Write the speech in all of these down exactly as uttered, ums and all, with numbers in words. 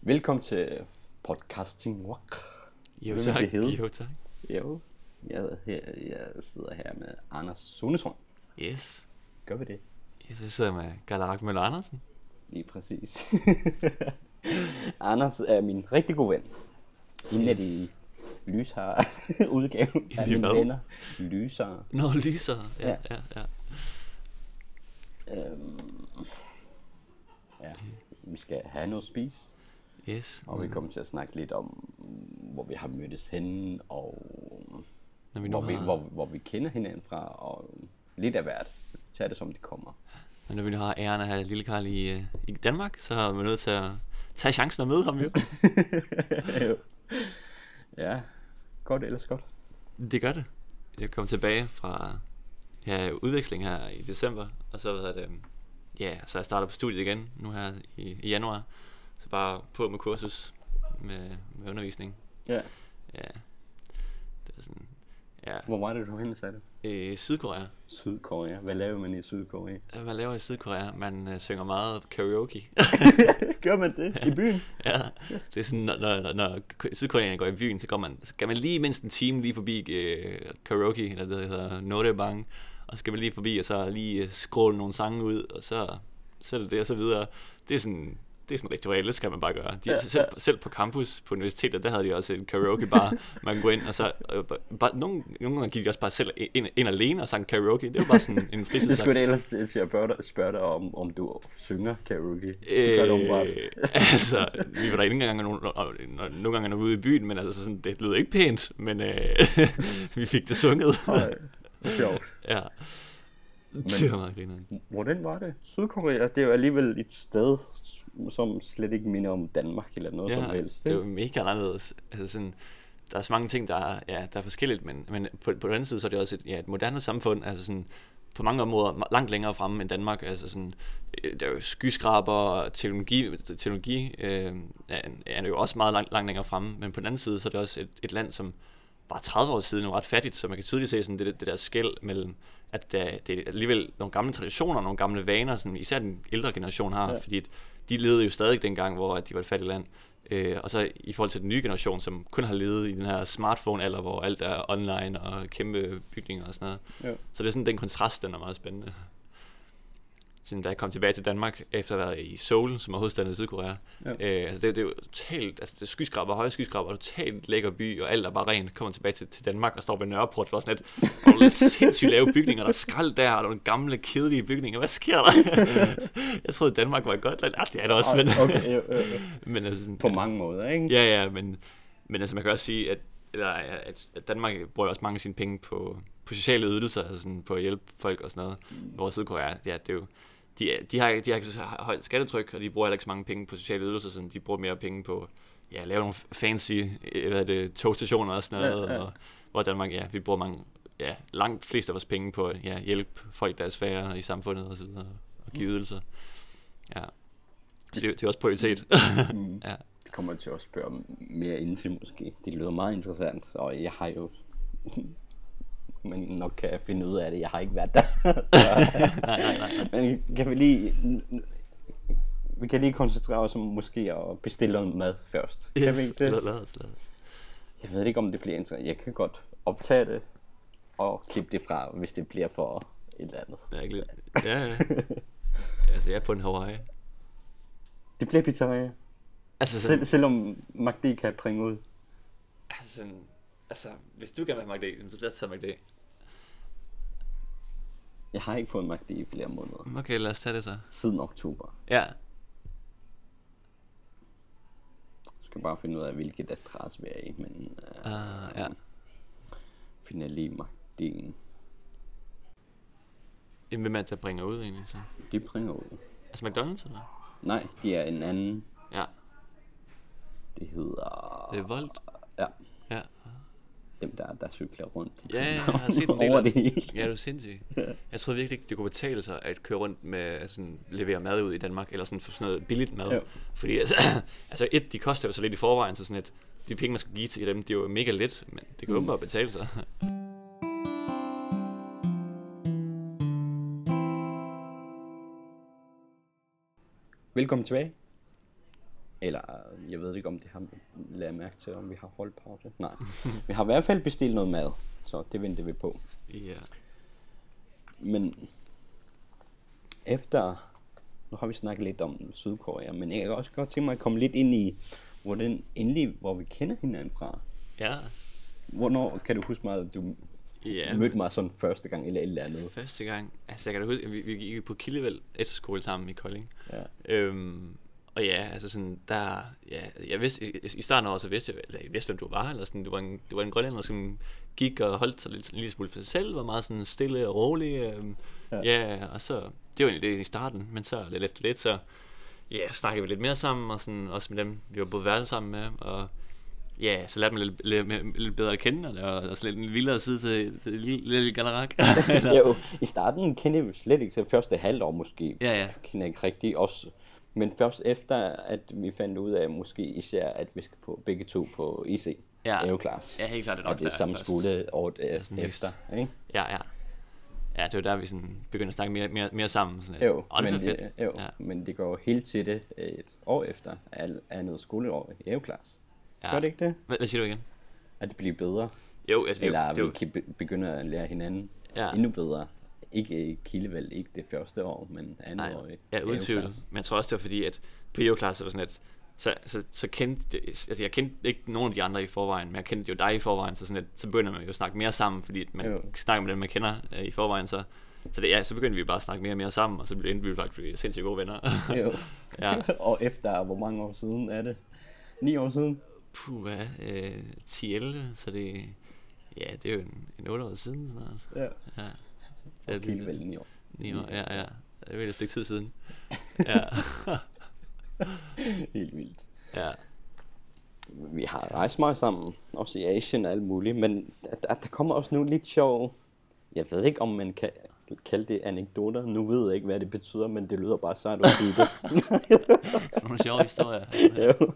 Velkommen til podcasting walk. Jo Hvem tak, vil det hedde? jo tak. Jo, jeg, her, jeg sidder her med Anders Sunetron. Yes. Gør vi det? Yes, jeg sidder med Galarak Møller Andersen. Lige præcis. Anders er min rigtig gode ven. En af de lysere udgave af De mine hvad? venner. Lysere. Nå, lyser. Ja, Ja. ja, ja. Øhm, ja, vi skal have noget at spise. Yes. Og vi kommer til at snakke lidt om, hvor vi har mødtes henne, og Når vi nu hvor, vi, har, hvor, hvor vi kender hinanden fra, og lidt af hvert. Tag det som det kommer. Men når vi nu har æren at have lille Karl i, øh, i Danmark, så er vi nødt til at tage chancen og møde ham jo. Ja, godt ellers godt. Det gør det. Jeg kom tilbage fra ja, udveksling her i december, og så hvad det, ja, så jeg starter på studiet igen nu her i, i januar. Så bare på med kursus med, med undervisning. Ja. Ja. Det er sådan, ja. Hvor var det, du henne, sagde du? I Sydkorea. Sydkorea. Hvad laver man i Sydkorea? Hvad laver jeg i Sydkorea? Man øh, synger meget karaoke. Gør man det i byen? Ja, det er sådan, når, når, når sydkoreanerne går i byen, så går man, så kan man lige mindst en time lige forbi øh, karaoke, eller det der hedder Norebang, og så skal man lige forbi, og så lige øh, scrolle nogle sange ud, og så, så er det det, og så videre. Det er sådan, det er sådan et ritual, det skal man bare gøre. De, selv, selv på campus på universitetet, der havde de også en karaoke bar, man kunne gå ind, og så, øh, bare, nogle, nogle gange gik de også bare selv ind, ind alene og sang karaoke. Det var bare sådan en fritidsaks. Det skulle det ellers til at spørge dig, spørge dig om, om du synger karaoke. Det gør du åbenbart. Øh, altså, vi var der ikke engang nogle, nogle gange ude i byen, men altså sådan, det lød ikke pænt, men øh, vi fik det sunget. Nej, sjovt. Ja. Det var meget grinerende. Hvordan var det? Sydkorea, det er jo alligevel et sted, som slet ikke minder om Danmark eller noget Ja, som helst. det ikke? var mega anderledes. Altså sådan, der er så mange ting, der er, ja, der er forskelligt, men, men på, på den anden side, så er det også et, ja, et moderne samfund, altså sådan, på mange områder langt længere fremme end Danmark. Altså sådan, øh, der er jo skyskraber og teknologi, teknologi øh, er, er jo også meget langt, langt længere fremme, men på den anden side, så er det også et, et land, som bare tredive år siden er ret fattigt, så man kan tydeligt se sådan det, det der skel mellem, at der, det er alligevel nogle gamle traditioner, nogle gamle vaner, som især den ældre generation har, ja. Fordi at de levede jo stadig dengang, hvor at de var et fattigt land. Øh, og så i forhold til den nye generation, som kun har levet i den her smartphone-alder, hvor alt er online og kæmpe bygninger og sådan noget. Ja. Så det er sådan, den kontrast, den er meget spændende. Siden da jeg kom tilbage til Danmark, efter at have været i Seoul, som er hovedstaden i Sydkorea. Ja. Øh, altså det, det er jo totalt, altså det er skyskraber, høje skyskraber, totalt lækker by, og alt er bare rent. Kommer tilbage til, til Danmark og står ved Nørreport, og sådan et, og lidt sindssygt lave bygninger, der er skrald der, og nogle gamle, kedelige bygninger. Hvad sker der? Jeg troede, Danmark var et godt land. Ah, det er det også, men... Okay, øh, øh. men altså sådan, på mange måder, ikke? Ja, ja, men, men altså man kan også sige, at, eller, at, at Danmark bruger også mange af sine penge på, på sociale ydelser, altså sådan på at hjælpe folk og sådan noget. Mm. Hvor Sydkorea, ja, det er jo... De, de, har, de har ikke så højt skattetryk, og de bruger heller ikke så mange penge på sociale ydelser, så de bruger mere penge på ja, at lave nogle fancy hvad er det, togstationer og sådan noget, ja, ja. Og, hvor Danmark, ja, vi bruger mange, ja, langt flest af vores penge på at ja, hjælpe folk, der er svære i samfundet og så videre, og give ydelser. Ja. Så det, det er også prioritet. Mm. Ja. Det kommer jeg til at spørge mere ind til måske. Det lyder meget interessant, og jeg har jo... men nok kan jeg finde ud af det. Jeg har ikke været der. nej, nej, nej. Men kan vi lige... Vi kan lige koncentrere os om måske at bestille noget mad først. Yes, kan vi ikke det? Lad, lad os, lad os. Jeg ved ikke, om det bliver interessant. Jeg kan godt optage det og klippe det fra, hvis det bliver for et eller andet. Ja, ikke lidt. Ja, ja. Altså, jeg er på en Hawaii. Det bliver pizzeria. Altså sådan... Sel- selvom McD kan pringe ud. Altså sådan... Altså, hvis du gerne vil have McD, så lad os tage McD. Jeg har ikke fået McD i flere måneder. Okay, lad os tage det så. Siden oktober. Ja. Jeg skal bare finde ud af, hvilket adresse vi er i, men... Uh, uh, ja. Finder lige McD'en. Hvem er det, der bringer ud egentlig så? De bringer ud. Altså McDonald's eller? Nej, de er en anden. Ja. Det hedder... Det er Volt? Ja. Ja. Dem der, der cykler rundt. Ja, jeg har set en del over det hele. Ja, du er sindssyg. Jeg troede virkelig ikke, det kunne betale sig at køre rundt med at sådan, levere mad ud i Danmark, eller sådan for sådan noget billigt mad. Ja. Fordi altså, altså et, de koster jo så lidt i forvejen, så sådan et, de penge, man skal give til dem, det er jo mega lidt, men det kan jo mm. bare betale sig. Velkommen tilbage. Eller, jeg ved ikke, om det har lavet mærke til, om vi har holdt pause. Nej, vi har i hvert fald bestilt noget mad, så det venter vi på. Ja. Men efter, nu har vi snakket lidt om Sydkorea, men jeg kan også godt tænke mig at komme lidt ind i, hvordan endelig, hvor vi kender hinanden fra. Ja. Hvornår kan du huske mig, at du Ja, mødte mig sådan første gang eller et eller andet? Første gang, altså jeg kan da huske, vi, vi gik på Kildevæld efterskole sammen i Kolding. Ja. Øhm, og ja, altså sådan, der, ja, jeg vidste, i, i starten af året, så vidste jeg, eller jeg vidste, hvem du var, eller sådan, du var en, du var en grønlænder, som gik og holdt sig lidt, en lille smule for sig selv, var meget sådan stille og rolig, øhm, ja. ja, og så, det var egentlig det i starten, men så lidt efter lidt, så, ja, snakkede vi lidt mere sammen, og sådan, også med dem, vi var både værelse sammen med, og ja, så lærte man lidt, lidt, lidt bedre at kende, og det var også lidt en vildere side til, til lille, lille Galarak. Jo, i starten kendte vi slet ikke til første halvår måske. Ja, ja. Kender ikke rigtig også. Men først efter, at vi fandt ud af, måske især, at vi skal på begge to på I C. Ja, EU-klasse. ja, helt klart. Det er nok og det er samme skole året efter, efter, ikke? Ja, ja. Ja, det var der, vi sådan begyndte at snakke mere, mere, mere sammen. Sådan, jo, oh, det men, fedt. det, jo ja. men det går helt til det et år efter, andet skoleår i EU-klasse. Ja. Gør det ikke det? Hvad, hvad siger du igen? At det bliver bedre. Jo, altså, Eller det, det, vi kan be- begynde at lære hinanden ja. endnu bedre. Ikke i Kildevæld, ikke det første år, men andet Nej, år i ja, uden tvivl. Men jeg tror også, det var fordi, at på E U-klasse var sådan, at så, så, så kendte, altså jeg kendte ikke nogen af de andre i forvejen, men jeg kendte jo dig i forvejen, så, sådan, at, så begynder man jo at snakke mere sammen, fordi man jo. snakker med dem, man kender uh, i forvejen, så, så, det, ja, så begyndte vi bare at snakke mere og mere sammen, og så blev vi faktisk sindssygt gode venner. Jo. Ja. Og efter, hvor mange år siden er det? Ni år siden? Puh, hvad? Øh, ti elleve, så det, ja, det er jo en, en otte år siden snart. Ja. Ja. Det er Kildevæld ni år. Ni år, ja, ja. Det er jo et stykke tid siden. Ja. Helt vildt. Ja. Vi har rejst meget sammen, også i Asien og alt muligt, men der, der kommer også nogle lidt sjov, jeg ved ikke om man kan kalde det anekdoter, nu ved jeg ikke hvad det betyder, men det lyder bare sejt at sige det. Nogle sjove historier. Jo.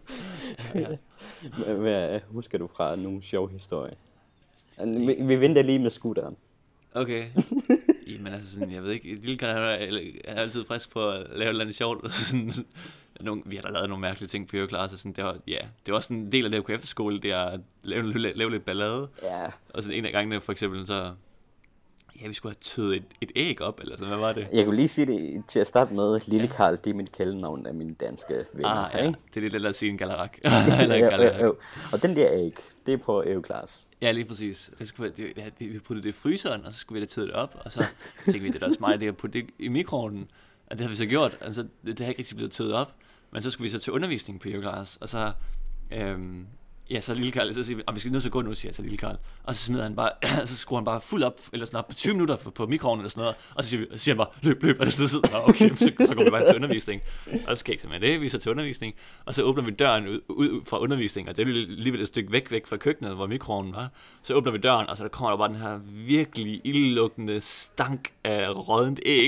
Ja. Hvad husker du fra nogle sjove historier? Vi, vi venter lige med scooteren. Okay. Jamen altså sådan, jeg ved ikke, Lille Karl er, er altid frisk på at lave et eller andet sjovt. Nogle, vi har da lavet nogle mærkelige ting på øveklasse, sådan det var, ja, det var også en del af det på efterskole, det er at lave, lave, lave lidt ballade. Ja. Og sådan en af gangene for eksempel, så ja, vi skulle have tøet et, et æg op, eller sådan, hvad var det? Jeg kunne lige sige det til at starte med, Lille Karl, det er mit kælenavn af mine danske venner. Ah, ja, ikke? det er lidt lettere at sige en Galarak. Eller en Galarak. Jo, jo. Og den der æg, det er på EU-klasse. Ja, lige præcis. Det skulle være, det, ja, vi puttede det i fryseren, og så skulle vi have tøet det op, og så tænkte vi, det er da smart, det at putte det i mikroovnen. Og det har vi så gjort, altså det, det har ikke rigtig blevet tøet op, men så skulle vi så til undervisning på EU-klasse, og så, øhm, ja, så Lille Karl, så siger vi, vi skal nødt til at gå nu, siger jeg til Lille Karl, og så smider han bare, så skruer han bare fuld op, eller sådan op på tyve minutter på, på mikroovnen eller sådan noget, og så siger, vi, siger han bare, løb, løb, og det sidder, okay, så, så går vi bare til undervisning, og så skal ikke med det, vi så til undervisning, og så åbner vi døren ud, ud fra undervisning, og det er lige et stykke væk, væk fra køkkenet, hvor mikroovnen var, så åbner vi døren, og så der kommer der bare den her virkelig ildlukkende stank af rådent æg,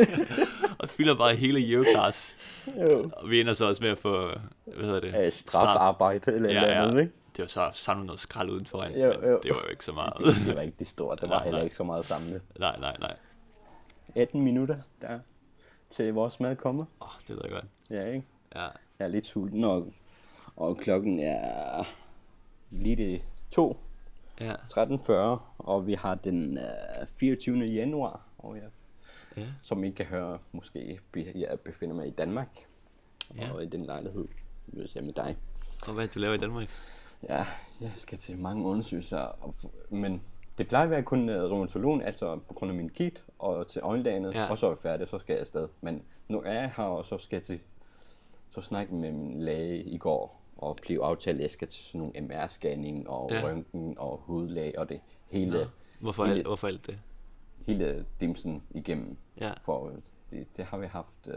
og fylder bare hele EU-klasse. Og vi ender så også med at få, hvad hedder det? Æh, strafarbejde eller ja, eller ja. andet, ikke? Det var så samlet noget skrald udenfor, jo, jo. det var jo ikke så meget. Det, det var ikke det store, det var nej, heller nej. ikke så meget samlet. Nej, nej, nej. atten minutter der til vores mad kommer. Åh, oh, det ved jeg godt. Ja, ikke? Ja. Jeg er lidt sulten, og, og klokken er lige det to. Ja. tretten fyrre, og vi har den uh, fireogtyvende januar, og jeg, Ja. som I kan høre, måske jeg befinder mig i Danmark, Ja. og i den lejlighed, vil jeg med dig. Og hvad er det, du laver i Danmark? Ja, jeg skal til mange undersøgelser, og, men det plejer at være kun uh, rheumatologen, altså på grund af min gigt, og til øjenlægenet, Ja. og så er jeg færdig, så skal jeg afsted. Men nu er jeg her, og så skal jeg til, så snakke med min læge i går, og blive aftalt, at jeg skal til sådan nogle M R-scanning, og Ja. røntgen, og hudlæge, og det hele. Nå. Hvorfor, hele, alt, hvorfor alt det? hele dimsen igennem. Ja. For det, det har vi haft øh,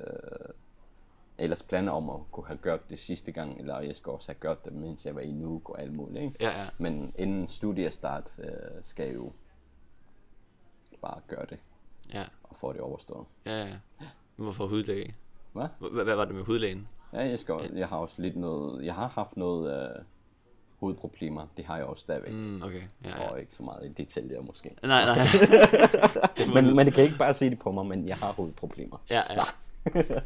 ellers planer om at kunne have gjort det sidste gang, eller jeg skal også have gjort det, mens jeg var i Nuuk og alt muligt. Ikke? Ja, ja. Men inden studiestart øh, skal jeg jo bare gøre det Ja, og få det overstået. ja, ja. Men hvorfor hudlæge? Hvad? Hvad, hvad var det med hudlægen? Ja, jeg, skal, jeg har også lidt noget, jeg har haft noget øh, hovedproblemer, det har jeg også stadigvæk. Mm, okay, ja, ja. Og ikke så meget i detaljer måske. Nej, nej. men, men det kan ikke bare sige det på mig, men jeg har hovedproblemer. Ja, ja.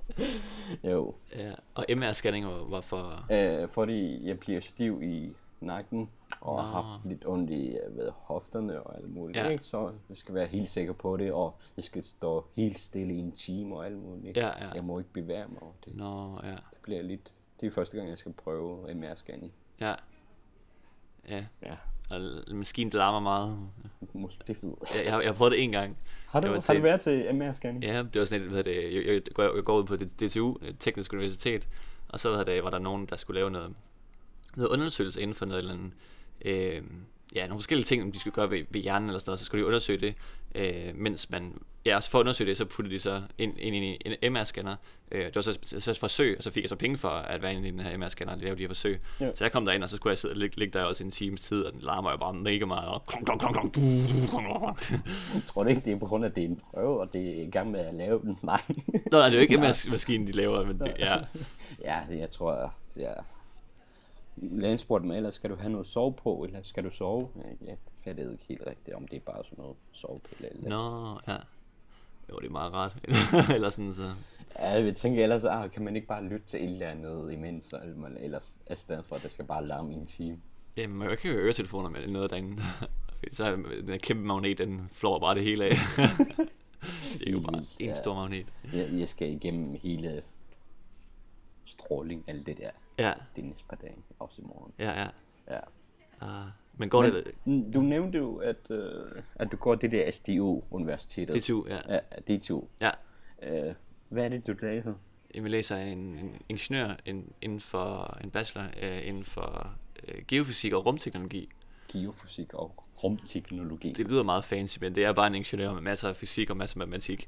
Jo. Ja. Og M R-scanning var, var for... Øh, fordi jeg bliver stiv i nakken, og Nå. har haft lidt ondt i ved, hofterne og alt muligt, Ja. ikke? Så jeg skal være helt sikker på det, og jeg skal stå helt stille i en time og alt muligt. Ja, ja. Jeg må ikke bevæge mig over det. Nå, ja. Det bliver lidt... Det er første gang, jeg skal prøve M R-scanning. Ja. Ja. Ja. Og maskinen larmer meget. Måske det er fedt. Jeg, jeg, jeg har prøvet det en gang. Har du, Jeg var har til- du været til M R-scanning? Ja, det var sådan et, hvad hedder det, jeg, jeg, går, jeg går ud på det D T U, Teknisk Universitet, og så hvad hedder det, var der nogen, der skulle lave noget, noget undersøgelse inden for noget eller andet, øh, ja, nogle forskellige ting, de skulle gøre ved, ved hjernen eller sådan noget, så skulle de undersøge det, øh, mens man, ja, så for at undersøge det, så puttede de så ind, ind i en M R-scanner, øh, det var så, så et forsøg, og så fik jeg så penge for at være inde i den her M R-scanner, og lave de her forsøg. Ja. Så jeg kom derind, og så skulle jeg sidde og ligge, ligge der også en times tid, og den larmer jo bare mega meget, og klong, klong, klong, klong, Jeg tror ikke, det er på grund af, at det er en prøve, og det er i gang med at lave den. Nej. Nå, nej, det er jo ikke M R-maskinen, de laver, men det, ja. Ja, jeg tror, ja. Lægen spurgte mig, ellers skal du have noget sove på, eller skal du sove? Jeg, jeg fattede ikke helt rigtigt, om det er bare sådan noget sovepille eller... Nå, ja. Jo, det er meget rart. Eller sådan så. Ja, jeg vil tænke, ellers ah, kan man ikke bare lytte til et eller andet imens, eller ellers i stedet for, at det skal bare larme i en time. Jamen, jeg kan jo høre øretelefoner med noget derinde. Fordi så er den her kæmpe magnet, den flår bare det hele af. Det er jo bare en Ja. stor magnet. Jeg, jeg skal igennem hele stråling, alt det der, Ja, de næste par dage, også i morgen. ja, ja. Ja. Uh, men går Men, det... mm, du nævnte jo, at, øh, at du går det der S D U-universitetet. D T U, ja. Ja, D T U. Ja. Øh, hvad er det, du læser? Jeg læser en, en ingeniør en, inden for en bachelor uh, inden for uh, geofysik og rumteknologi. Geofysik og rumteknologi. Det lyder meget fancy, men det er bare en ingeniør med masser af fysik og masser af matematik.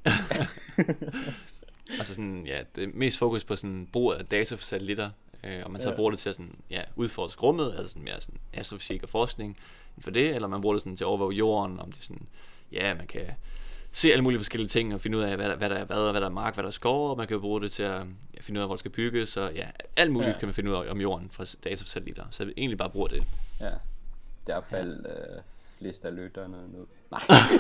Altså sådan, ja, det er mest fokus på sådan brug af data for satellitter, øh, og man så Ja. bruger det til at sådan, ja, udforske rummet, altså sådan mere sådan astrofysik og forskning inden for det, eller man bruger det sådan til at overvåge jorden, om det sådan, ja, man kan se alle mulige forskellige ting og finde ud af, hvad der, hvad der er hvad, og hvad der er mark, hvad der er skov, og man kan bruge det til at ja, finde ud af, hvor det skal bygges, og ja, alt muligt Ja. kan man finde ud af om jorden fra data for satellitter, så jeg egentlig bare bruger det. Ja. Der faldt øh, flest af lytterne ned. Nej.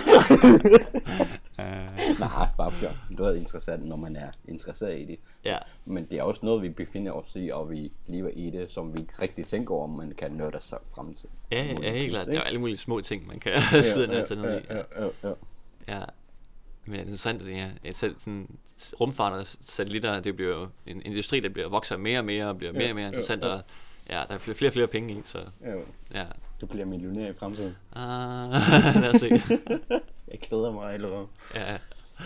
Nej, bare for det er interessant, når man er interesseret i det. Ja, Men det er også noget, vi befinder os i, og vi lever i det, som vi ikke rigtig tænker over, om man kan nørde sig frem til. ja, ja, helt klart, der er jo alle mulige små ting, man kan sidde ned og tage ned i. Ja, ja, ja. Ja, men det er interessant, at det er ja, selv sådan rumfart og satellitter, det bliver jo en industri, der bliver vokser mere og mere og bliver mere og mere interessant, ja, ja. og ja, der er flere flere, flere penge i, så Ja. ja. Du bliver millionær i fremtiden. Ah, lad os se. Jeg glæder mig allerede. Ja,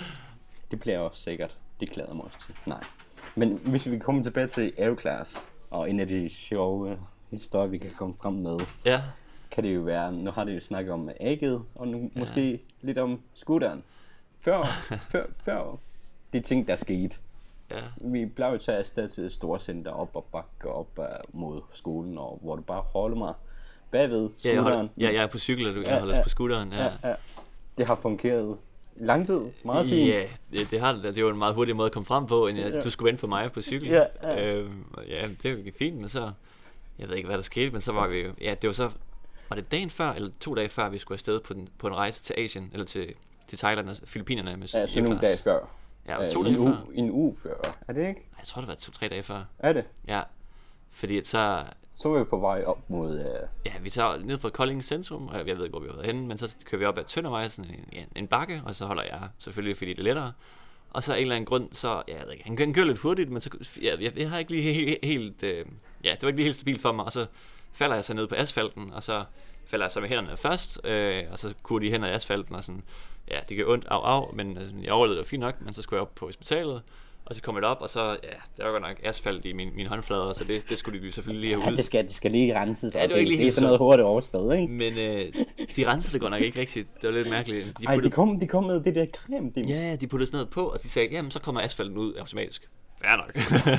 Det bliver også sikkert. Det glæder mig også til. Nej. Men hvis vi kommer tilbage til Aeroclass, og en af de sjove historier, vi kan komme frem med, ja, kan det jo være, nu har det jo snakket om ægget, og nu ja. måske lidt om scooteren. Før, før, før de ting, der skete. ja, Vi blev jo taget afsted til et storcenter op og bakke op uh, mod skolen, og hvor du bare holder mig bagved ja, jeg, scooteren. holder, ja, jeg er på cykel, og du Ja, jeg holder ja. på scooteren. Ja, Ja, ja. Det har fungeret lang tid. Meget fint. ja det, det har det. Det var en meget hurtig måde at komme frem på, end jeg, Ja. du skulle vente på mig på cykel. Ja, ja. Øhm, og ja, det var fint, men så, jeg ved ikke, hvad der skete, men så var vi jo, ja, det var så, var det dagen før, eller to dage før, vi skulle afsted på, den, på en rejse til Asien, eller til, til Thailand og Filippinerne med Ja, så nogle Aeroclass. dage før. Ja, to Øh, dage en uge, før. en uge før. Er det ikke? Jeg tror, det var to-tre dage før. Er det? Ja, fordi at så, Så er vi på vej op mod... Uh... ja, vi tager ned fra Kolding Centrum, og jeg ved ikke, hvor vi var henne, men så kører vi op ad Tøndervej, sådan en, ja, en bakke, og så holder jeg selvfølgelig, fordi det er lettere. Og så af en eller anden grund, så, ja, jeg ved ikke, han, han kører lidt hurtigt, men så, ja, jeg, jeg har ikke lige helt, helt øh, ja, det var ikke lige helt stabilt for mig, og så falder jeg så ned på asfalten, og så falder jeg så med hænderne først, øh, og så kunne de hænder i asfalten, og sådan, ja, det gør ondt, af, af, men altså, jeg overlevede det fint nok, men så skulle jeg op på hospitalet, og så kom jeg op, og så, ja, der var godt nok asfalt i min, mine håndflader, så det, det skulle de selvfølgelig lige have Ja, ud. det skal, det skal lige renses. Ja, og det var ikke lige det er helt sådan noget hurtigt overstået, ikke? Men øh, de rensede det godt nok ikke rigtigt. Det var lidt mærkeligt. De Ej, de puttede, kom, de kom med det der creme. De... ja, de puttede sådan noget på, og de sagde, jamen så kommer asfalten ud automatisk. Fair nok.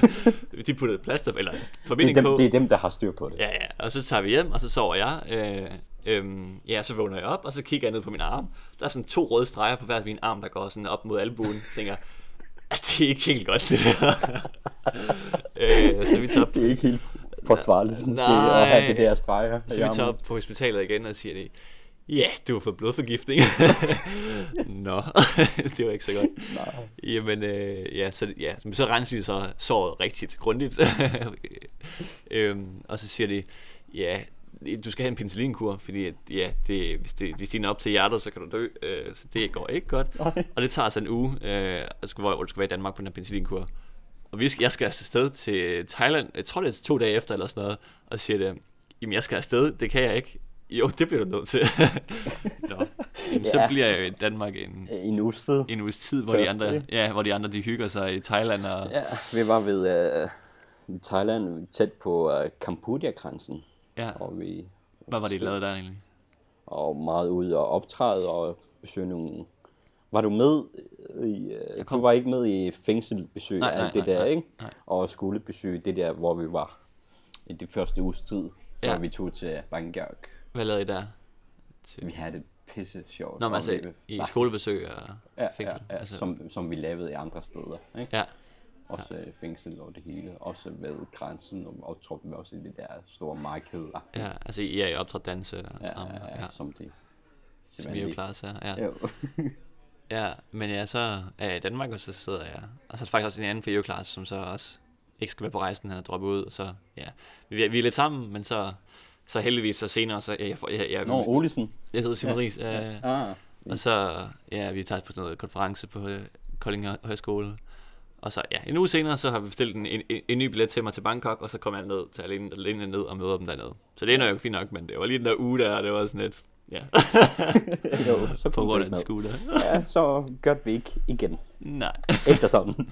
De puttede plaster, eller det, forbinding er dem, på. det er dem, der har styr på det. Ja, ja, og så tager vi hjem, og så sover jeg. Øh, øhm, ja, så vågner jeg op, og så kigger jeg ned på min arm. Der er sådan to røde streger på hver min arm, der går sådan op mod albuen. Så tænker jeg, at det er ikke helt godt, det der. øh, så vi tager op, Det er ikke helt forsvarligt, måske, Nej. at have det der streger. så vi tager op på hospitalet igen og siger, det, Ja, yeah, du har fået blodforgiftning. Nå, det var ikke så godt. Nej. Jamen, øh, ja, så, ja, så renser de så såret rigtigt grundigt. øhm, og så siger de, ja, du skal have en penicillinkur, fordi at, ja, det, hvis, det, hvis det er op til hjertet, så kan du dø. Øh, så det går ikke godt. Nej. Og det tager altså en uge, øh, hvor du skal være i Danmark på den her penicillinkur. Og vi skal, jeg skal altså afsted til Thailand, jeg tror det er to dage efter eller sådan noget, og siger det, jamen jeg skal afsted, det kan jeg ikke. Jo, det bliver du nødt til. Nå. Jamen, ja. Så bliver jeg jo i Danmark en, en uges tid, en uges tid hvor, de andre, ja, hvor de andre de hygger sig i Thailand. Og... Ja, vi var ved uh, Thailand, tæt på uh, Cambodia-grænsen. Ja. Og vi, hvad var det, I lavede der egentlig? Og meget ude og optræde og besøge nogle... Var du med i... Uh, du var ikke med i fængselbesøg og alt det der, nej, ikke? Nej. Og skolebesøg, det der, hvor vi var i det første uges tid, før ja. vi tog til Bangkok. Hvad lavede I der? Til... Vi havde det pisse sjovt. Nå, men altså i nej. skolebesøg og ja, fængsel? Ja, ja. Altså... Som, som vi lavede i andre steder, ikke? Ja. Også ja. Fængsel og det hele. Også ved grænsen, og optrådte vi også i det der store marked. Ja, altså I er i optrådt danse og ja, drama. Ja, ja, som det. Som vi jo klarer sig, ja. Jo. Ja, men ja, så er jeg i Danmark, og så sidder jeg... Og så er der faktisk også en anden fra EU-klasse, som så også ikke skal være på rejsen, han er droppet ud, og så, ja... Vi, vi er lidt sammen, men så... Så heldigvis så senere, så... Jeg, jeg, jeg, jeg, Nå, Olesen. Jeg hedder Simon Ries, ja. øh, ah, og så... Ja, vi tager på sådan noget konference på øh, Kolding Højskole. Og så, ja, en uge senere, så har vi bestilt en, en, en ny billet til mig til Bangkok, og så kommer jeg ned til alene, alene ned og møder dem dernede. Så det er jo fint nok, men det var lige den der uge der, det var sådan lidt... Ja. Jo, så på grund af en scooter. Ja, så gør vi ikke igen. Nej. Efter sådan.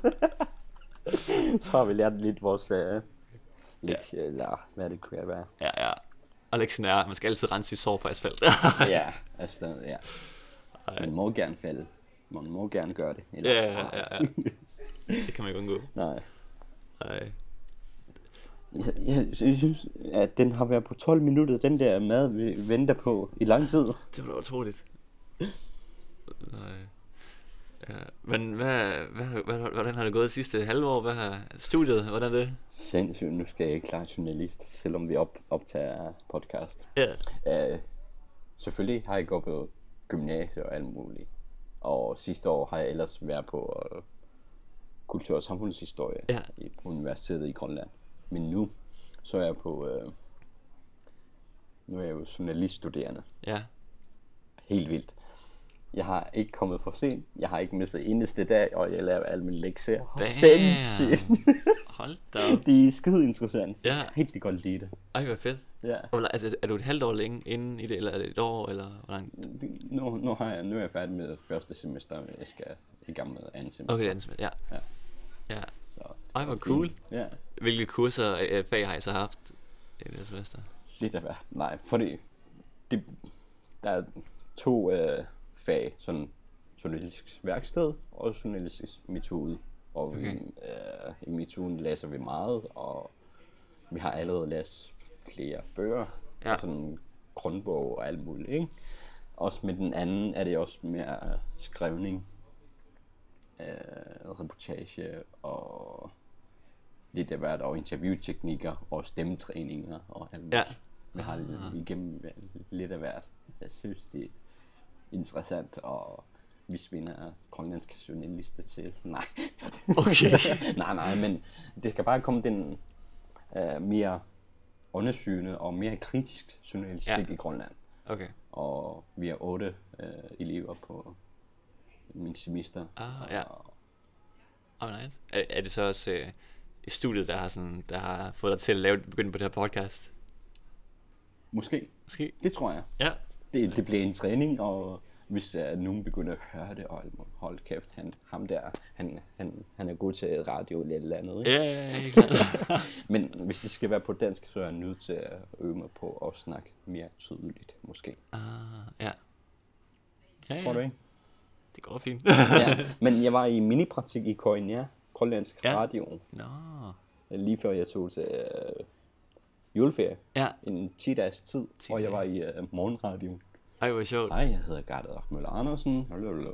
Så har vi lært lidt vores uh, lektie, ja. Eller hvad det kunne være. Ja, ja. Og lektien er, at man skal altid rense sit sår for asfalt. Ja, altså, ja. Man må gerne falde. Man må gerne gøre det. Eller, ja, ja, ja, ja. Det kan man ikke undgå. Nej. Nej. Jeg, jeg, jeg synes, at den har været på tolv minutter, den der mad, vi venter på i lang tid. Det var utroligt. Nej. Ja. Men hvad, hvad, hvad, hvordan har det gået de sidste halve år? Hvad har studiet? Hvordan er det? Sindssygt, nu skal jeg ikke klare journalist, selvom vi op, optager podcast. Ja. Uh, selvfølgelig har jeg gået på gymnasiet og alt muligt. Og sidste år har jeg ellers været på uh, kultur- og samfundshistorie ja. i, på universitetet i Grønland. Men nu, så er jeg på, øh, nu er jeg jo journaliststuderende. Ja. Helt vildt. Jeg har ikke kommet for sent, jeg har ikke mistet eneste dag, og jeg laver alle mine lektier. Sindssygt. Hold da op. De er skide interessant. Ja. Jeg kan rigtig godt lide det. Ej, hvor fedt. Ja. Og, altså, er du et halvt år længe inden i det, eller er det et år, eller hvordan? Nu, nu, har jeg, nu er jeg færdig med første semester, jeg skal i gang med anden semester. Okay, anden semester, ja. Ja. Ja. Så, ej, hvor cool. Ja. Hvilke kurser øh, fag har I så haft i det semester? Det er da nej, fordi det, der er to øh, fag, sådan journalistisk værksted og journalistisk metode. Og okay. øh, i metoden læser vi meget, og vi har allerede læst flere bøger, ja. Sådan grundbog og alt muligt, ikke? Også med den anden er det også mere skrivning, øh, reportage og lidt af hvert, og interviewteknikker og stemmetræninger og alt muligt. Ja. Vi har uh-huh. igennem lidt af hvert. Jeg synes, det er interessant, og vi svinder grønlandske journalister til. Nej. Okay. nej, nej, men det skal bare komme den uh, mere undersøgende og mere kritisk journalistik ja. I Grønland. Okay. Og vi er otte uh, elever på min semester. Ah, ja. Oh, nice. Er, er det så også uh, studiet, der har, sådan, der har fået dig til at lave, begynde på det her podcast? Måske. Måske. Det tror jeg. Ja. Det, nice. Det bliver en træning, og hvis uh, nogen begynder at høre det, og hold kæft, han, ham der, han, han, han er god til radio eller et eller andet, ikke? Ja, ja, ja, klart. Men hvis det skal være på dansk, så er jeg nødt til at øve mig på at snakke mere tydeligt, måske. Ah, ja. Ja, tror ja. du ikke? Det går fint. Ja, men jeg var i minipraktik i K N R, grønlandsk ja. radio. Nå. Lige før jeg tog til uh, juleferie. Ja. En ti dages tid, ti og jeg var i uh, morgenradio. Ej, hvor sjovt. Hej, jeg hedder Gardet Møller Andersen.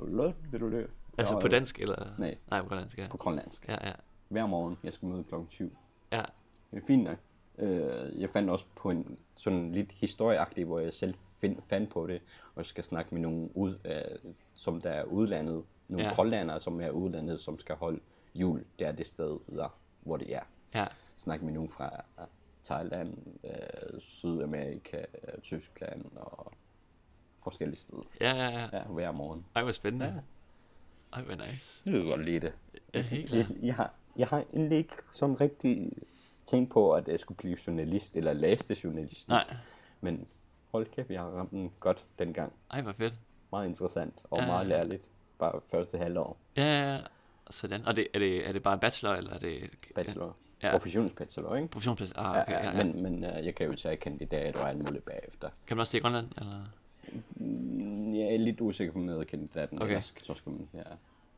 Altså på dansk, eller? Nej, Nej på grønlandsk, ja. På grønlandsk. Ja, ja. Hver morgen, jeg skal møde klokken syv. Ja. Det er fint nok. Jeg fandt også på en sådan lidt historieagtig, hvor jeg selv find, fandt på det, og skal snakke med nogle, ud, øh, som der er udlandet, nogle Ja. grønlandere, som er udlandet, som skal holde jul, der det sted, der, hvor det er. Ja. Snakke med nogen fra Thailand, øh, Sydamerika, øh, Tyskland og forskellige steder. Ja, ja, ja. Ja, hver morgen. Ej, hvor spændende. Ja. Ej, hvor nice. Det er godt lide det. Ja, helt jeg, klart. jeg, har, jeg har egentlig ikke sådan rigtig tænkt på, at jeg skulle blive journalist, eller læse journalist. Nej. Men hold kæft, jeg har ramt den godt dengang. Ej, hvor fedt. Meget interessant og Ja. meget lærligt. Bare første halvår. Ja, ja, ja. Sådan. Og det, er, det, er det bare bachelor, eller er det... Bachelor. Ja. Ja. Professionsbachelor, ikke? Professionsplads? Ah, okay, ja, ja, ja, ja. Men, men uh, jeg kan jo tage kandidat og alt muligt bagefter. Kan man også det i Grønland, eller? Mm, Jeg er lidt usikker på med kandidaten. Okay. Ellers, så skal man her.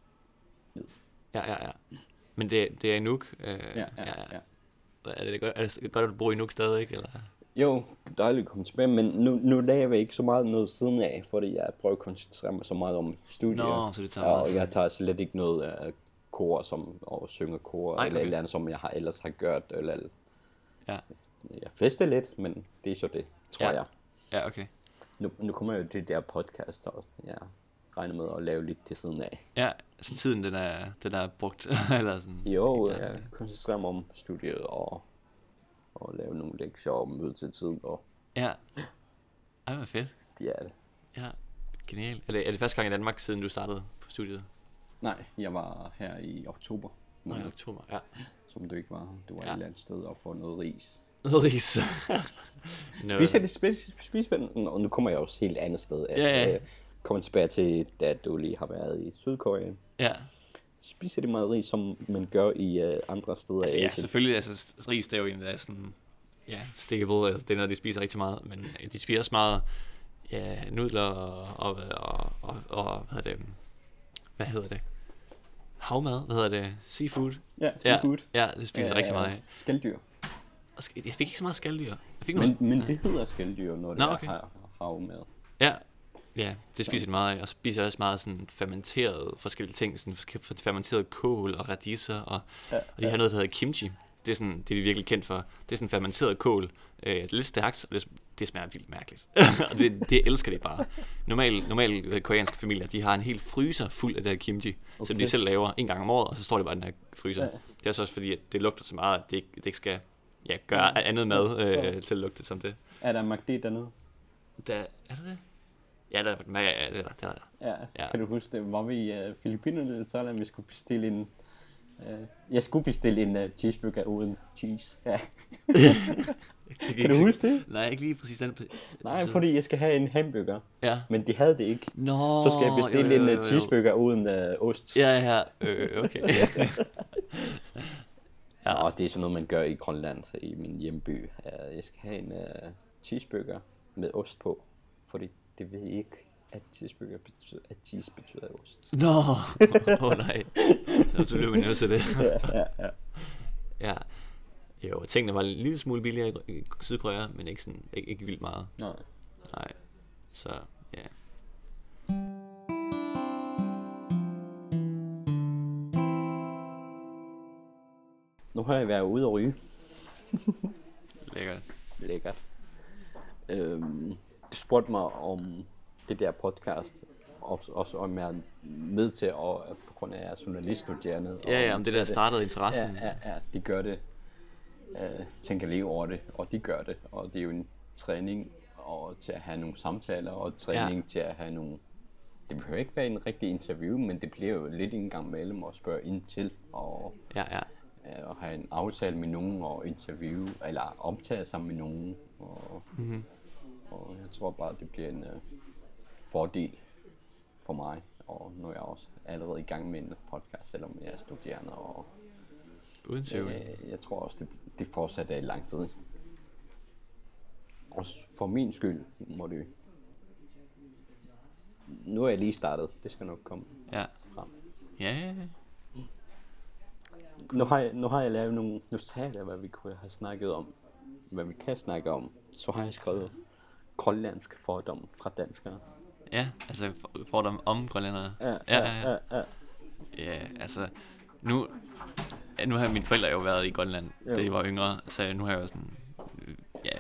Ja, ja, ja. Men det, det er i Nuuk? Øh, Ja, ja, ja. Er det godt, er det godt at du bor i Nuuk stadig, eller? Jo, dejligt at komme tilbage, men nu, nu laver jeg ikke så meget noget siden af, fordi jeg prøver at koncentrere mig så meget om studier. Nå, så det tager Ja, meget og tid. jeg tager slet ikke noget af kor, som, og synger kor, Ej, eller okay. et eller andet, som jeg har, ellers har gjort. Eller, Ja. jeg fester lidt, men det er så det, tror Ja. jeg. Ja, okay. Nu, nu kommer jo det der podcast også. Jeg regner med at lave lidt til siden af. Ja, så tiden den er, den er brugt, eller sådan. Jo, Ikke, jeg koncentrerer mig om studiet og, og lave nogle lektier og møde til tid, og Ja. Ej, hvor fedt. det er det. Ja, genialt. Er det, er det første gang i Danmark, siden du startede på studiet? Nej, jeg var her i oktober, Nå, i måned, oktober, ja. som du ikke var. Du var Ja. et eller andet sted og få noget ris. Noget ris. Nå. Spiser det spis, spis, og nu kommer jeg også helt andet sted. Ja, ja. Øh, kommer tilbage til, da du lige har været i Sydkorea. Ja. Spiser det meget ris, som man gør i uh, andre steder Altså, i ja, Asien? selvfølgelig, altså ris, det er jo en, der er sådan, ja, stickable, altså det er noget, de spiser rigtig meget, men de spiser også meget, ja, nudler og, og, og, og, og hvad hedder det, hvad hedder det, havmad, hvad hedder det, seafood. Ja, seafood. Ja, ja det spiser øh, rigtig meget af. Skalddyr. Og sk- jeg fik ikke så meget skalddyr. Jeg fik nogle, Men, men det hedder skalddyr, når det Nå, er okay. hav, havmad. ja, ja, det spiser de meget af, og spiser også meget sådan fermenteret forskellige ting, sådan f- fermenteret kål og radiser, og, Ja, og de har noget, der hedder kimchi. Det er sådan, det er de virkelig kendt for. Det er sådan fermenteret kål. Øh, lidt stærkt, og det, det smager vildt mærkeligt. og det, det elsker de bare. Normalt normale koreanske familier, de har en hel fryser fuld af det her kimchi, okay. som de selv laver en gang om året, og så står det bare i den her fryser. Ja. Det er også også fordi, at det lugter så meget, at det ikke, det ikke skal ja, gøre andet mad øh, til at lugte som det. Er der magdi dernede? Der, er det det? Ja, der, ja, det er der. Det er der. Ja. Ja. Kan du huske det? Var vi i uh, Filippinerne eller Thailand, vi skulle bestille en... Uh, jeg skulle bestille en uh, cheeseburger uden cheese. Ja. Det Kan du huske det? Nej, ikke lige præcis den. Nej, fordi jeg skal have en hamburger, Ja. men de havde det ikke. Nå, Så skal jeg bestille jo, jo, en jo, uh, jo. cheeseburger uden uh, ost. Ja, ja, øh, okay. Ja. Og det er sådan noget, man gør i Grønland, i min hjemby. Uh, jeg skal have en uh, cheeseburger med ost på, fordi det ved jeg ikke, at cheeseburger betyder, at cheese betyder ost. Nå, åh oh, nej. Nå, så blev man nødt til det. Ja, ja, ja. Ja. Jo, tingene var en lille smule billigere i Sydkorea, men ikke, sådan, ikke, ikke vildt meget. Nej. Nej, så ja. Nu har jeg været ude og ryge. Lækkert. Lækkert. Øhm, du spurgte mig om det der podcast, også, også om jeg er med til at, på grund af at jeg er journaliststuderende. Ja, ja, om det der startede interessen. Ja, ja, ja, de gør det. Øh, tænker lige over det, og de gør det. Og det er jo en træning og til at have nogle samtaler, og træning ja. til at have nogle... Det behøver ikke være en rigtig interview, men det bliver jo lidt en gang mellem at spørge ind til, og, Ja, ja. øh, og have en aftale med nogen, og interview, eller optage sammen med nogen. Og, Mm-hmm. og jeg tror bare, det bliver en øh, fordel for mig, og nu er jeg også allerede i gang med en podcast, selvom jeg er studerende, og Uden tvivl. øh, jeg tror også, det, det fortsætter i lang tid. Også for min skyld må det. Nu er jeg lige startet, det skal nok komme Ja. frem. Ja, ja, ja. Nu har jeg, nu har jeg lavet nogle notater, hvad vi kunne have snakket om, hvad vi kan snakke om. Så har jeg skrevet grønlandsk fordom fra danskere. Ja, altså for- fordom om grønlændere. Ja, ja, ja. ja, ja. Ja, altså, nu, ja, nu har mine forældre jo været i Grønland, Jo. da jeg var yngre, så nu har jeg jo sådan, øh, ja,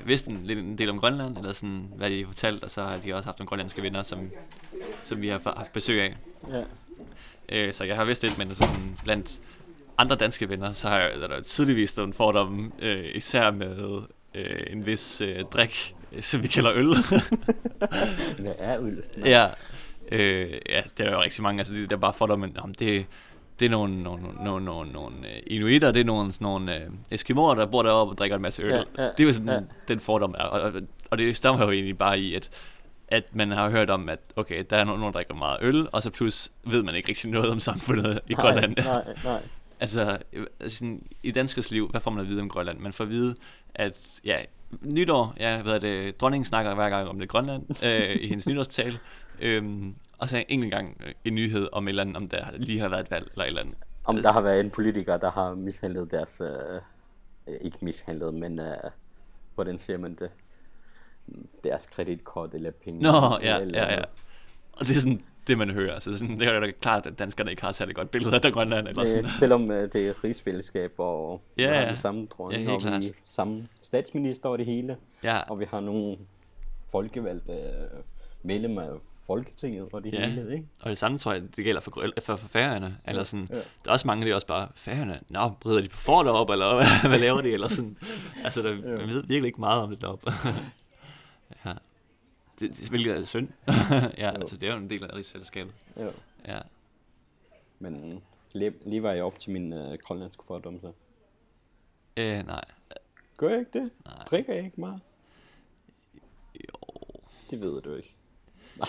vidst en, lidt en del om Grønland, eller sådan, hvad de har fortalt, og så har de også haft nogle grønlandske venner, som, som vi har haft besøg af. Ja. Øh, så jeg har vidst lidt, men sådan blandt andre danske venner, så har jeg, der er der tydeligvis nogle fordomme, øh, især med øh, en vis øh, drik, som vi kalder øl. Det er øl. Ja, øh, ja, det er jo rigtig mange, altså det der er bare fordomme, om det det er nogle, nogle, nogle, nogle, nogle inuitter, det er nogle, sådan nogle øh, eskimoer, der bor deroppe og drikker en masse øl. Ja, ja, det er jo sådan, ja. den fordom er, og, og det stammer jo egentlig bare i, at at man har hørt om, at okay, der er nogen, der drikker meget øl, og så plus ved man ikke rigtig noget om samfundet i nej, Grønland. Nej, nej. altså, sådan, i danskers liv, hvad får man at vide om Grønland? Man får at vide, at ja, nytår, ja, hvad er det, dronningen snakker hver gang om det Grønland, øh, i hendes nytårstale, øhm, og så en enkelt gang en nyhed om et eller andet, om der lige har været et valg, eller et eller andet. Om der har været en politiker, der har mishandlet deres, øh, ikke mishandlet, men øh, hvordan siger man det? Deres kreditkort eller penge. Nå, ja, eller ja, ja. Og det er sådan det, man hører. Så sådan, det er jo da klart, at danskerne ikke har særlig godt billede af Grønland. Eller sådan. Øh, selvom øh, det er rigsfællesskab, og ja, vi har ja. den samme dronning, ja, og vi er samme statsminister og det hele. Ja. Og vi har nogle folkevalgte øh, medlemmer af Folketinget og det ja. hele, ikke? Og det samme tror jeg, det gælder for, for, for Færøerne. Ja. Eller sådan, ja. Der er også mange, der er også bare, Færøerne, nå, bryder de på for deroppe, eller hvad, hvad laver de? Eller sådan. Altså, der, ja. Man ved virkelig ikke meget om det deroppe. ja. Det, det, hvilket er synd. ja, jo. Altså det er jo en del af rigsfællesskabet. Jo. Ja. Men lige, lige var jeg op til min øh, grønlandske fordom, så. Øh, nej. Gør jeg ikke det? Nej. Drikker jeg ikke meget? Jo. Det ved du ikke. Nej.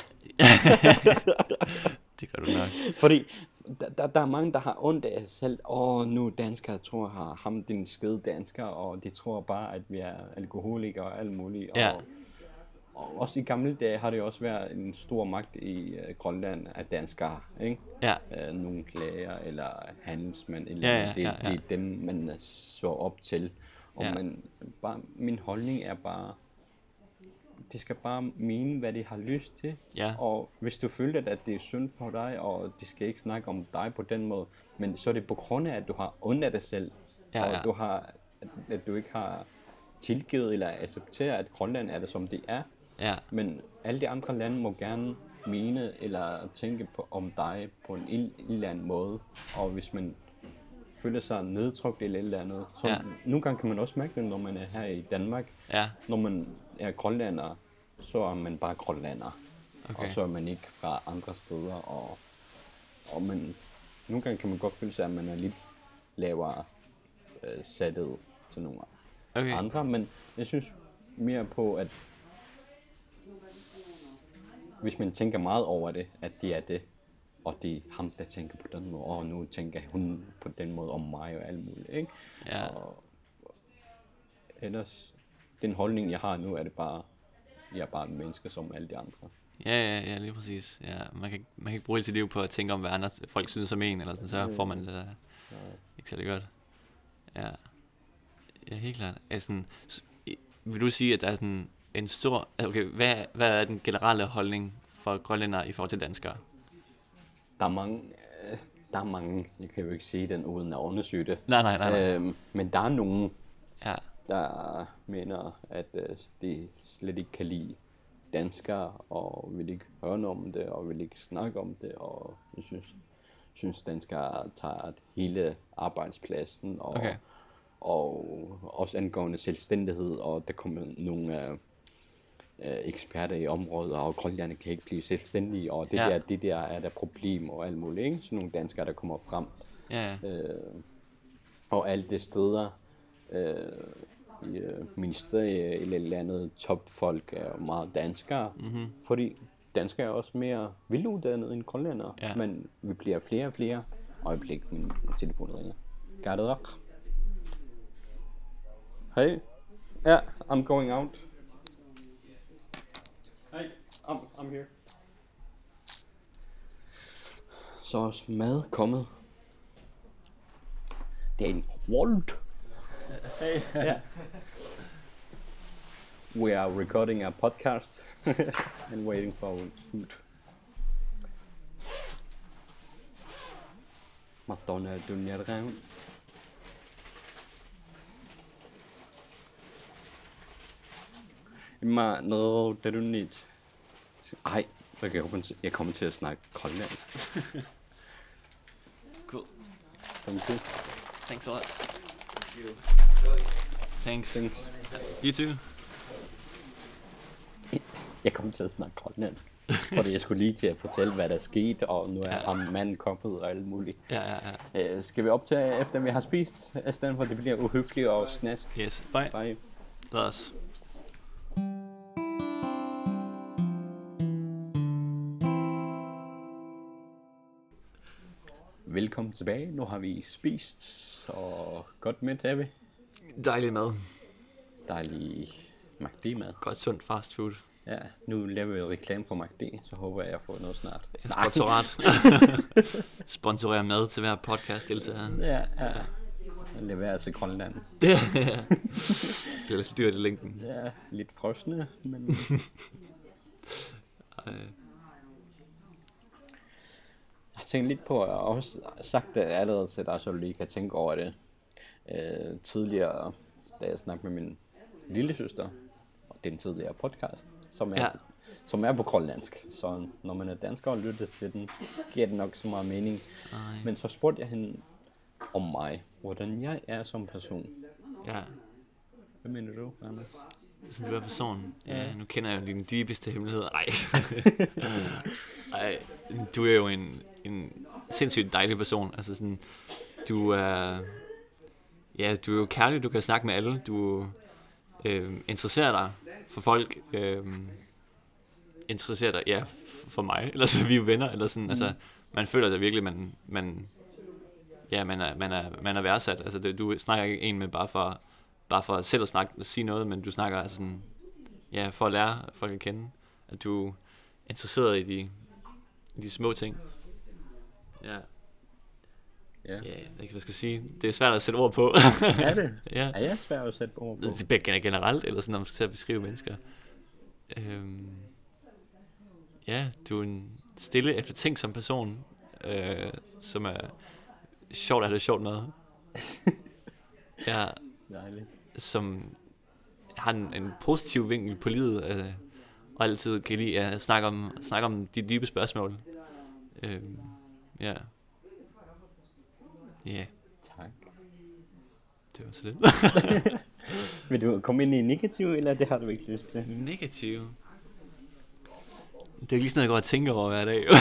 det gør du nok. Fordi der, der, der er mange, der har ondt af sig selv. Åh, nu danskere tror har ham den skide dansker, og de tror bare, at vi er alkoholikere og alt muligt. Ja. Og, og også i gamle dage har det jo også været en stor magt i uh, Grønland af danskere, ikke? Ja. Uh, nogle læger eller handelsmænd, eller Ja, ja, det, ja, ja. det er dem, man uh, så op til. Og Ja. man, bare, min holdning er bare, de skal bare mene, hvad de har lyst til. Ja. Og hvis du føler, at det er synd for dig, og de skal ikke snakke om dig på den måde, men så er det på grund af, at du har ondt af dig selv, Ja, ja. og du har, at, at du ikke har tilgivet eller accepteret, at Grønland er det, som det er. Ja. Men alle de andre lande må gerne mene eller tænke på, om dig på en en eller anden måde. Og hvis man føler sig nedtrykt eller et eller andet, så Ja. nogle gange kan man også mærke det, når man er her i Danmark. Ja. Når man er grønlander, så er man bare grønlander. Okay. Og så er man ikke fra andre steder. Og, og man, nogle gange kan man godt føle sig, at man er lidt lavere øh, sattet til nogle Okay. andre. Men jeg synes mere på, at hvis man tænker meget over det, at det er det, og det er ham, der tænker på den måde, og nu tænker hun på den måde om mig og alt muligt, ikke? Ja. Og ellers, den holdning, jeg har nu, er det bare, jeg er bare en menneske som alle de andre. Ja, ja, ja, lige præcis. Ja, man, kan, man kan ikke bruge hele sit liv på at tænke om, hvad andre folk synes om en, eller sådan, så får man det der ikke særlig godt. Ja, ja, helt klart. Altså, vil du sige, at der er sådan en stor... Okay, hvad, hvad er den generelle holdning for grønlændere i forhold til danskere? Der er mange, øh, der er mange, jeg kan jo ikke sige den uden at undersøge det. Nej, nej, nej. nej. Øhm, men der er nogen, Ja, der mener, at øh, de slet ikke kan lide danskere, og vil ikke høre noget om det, og vil ikke snakke om det, og jeg synes, synes danskere tager hele arbejdspladsen, og, Okay. og også angående selvstændighed, og der kommer nogle øh, øh, eksperter i området, og grønlænderne kan ikke blive selvstændige, og det, Ja. der, det der er der problem og alt muligt, ikke? Sådan nogle danskere, der kommer frem, ja, ja. øh, og alle de steder, øh, i øh, ministeriet eller et eller andet topfolk er jo meget danskere, mm-hmm. fordi danskere er også mere veluddannede end grønlændere, Ja. men vi bliver flere og flere. Øjeblik, min telefon ringer. Got it up? Hey, yeah, I'm going out. Hey, I'm, I'm here. Så er også mad kommet. Det er en Wolt. Hey. Yeah. We are recording a podcast and waiting for food. McDonald's dunya raun. Ima noget, det du need. Ej, så kan jeg, jeg kommer til at snakke grønlandsk. Cool. Thank you. Thanks a lot. Thanks. Thanks. You too. Jeg kommer til at snakke grønlandsk. Fordi jeg skulle lige til at fortælle, hvad der skete, og nu er Ja. ham manden kommet og alt muligt. Ja, ja, ja. Øh, skal vi optage efter vi har spist, i stedet for at det bliver uhøfligt og snask? Yes. Bye. Bye. Lad os. Velkommen tilbage. Nu har vi spist, og godt med, er vi. Dejlig mad. Dejlig McD-mad. Godt sundt fast food. Ja, nu laver vi reklame for McD, så håber jeg, jeg får noget snart. Sponsorat. Sponsorerer mad til hver podcast deltager. Ja, ja. Jeg leverer til Grønland. Det er lidt dyrt i længden. Ja, lidt frosne, men... Jeg har tænkt lidt på, at jeg har også sagt det allerede til dig, så du lige kan tænke over det. Øh, tidligere, da jeg snakkede med min lille søster, og den tidligere podcast, som er, Ja. som er på grønlandsk. Så når man er dansker og lytter til den, giver det nok så meget mening. Ej. Men så spurgte jeg hende om mig, hvordan jeg er som person. Ja, Hvad mener du, Anders? sådan du er person. Ja, nu kender jeg jo dine dybeste hemmeligheder. Ej. Ej, du er jo en, en sindssygt dejlig person. Altså sådan, du er... Ja, du er jo kærlig, du kan snakke med alle. Du øh, interesserer dig for folk. Øh, interesserer dig, ja, f- for mig. Eller så vi er jo venner. Eller sådan, mm. altså, man føler da virkelig, man... man ja, man er, man er, man er værdsat. Altså, det, du snakker ikke en med bare for... bare for selv at snakke og sige noget, men du snakker altså sådan, ja, for at lære folk at kende, at du er interesseret i de, i de små ting. Ja. Ja. Ja, jeg ved ikke, hvad jeg skal sige. Det er svært at sætte ord på. Er det? Ja. Er jeg svær at sætte ord på? Det er generelt, eller sådan, når man skal til at beskrive mennesker. Øhm, ja, du er en stille, eftertænksom person, øh, som er sjovt at have det sjovt med. Ja. Dejligt. Som har en, en positiv vinkel på livet, øh, og altid kan lide at snakke om, snakke om de dybe spørgsmål. Øh, ja. Ja, Tak. det var så lidt. Vil du komme ind i negativ, eller det har du ikke lyst til? Negativ. Det er jo ikke lige sådan noget, jeg går og tænker over hver dag.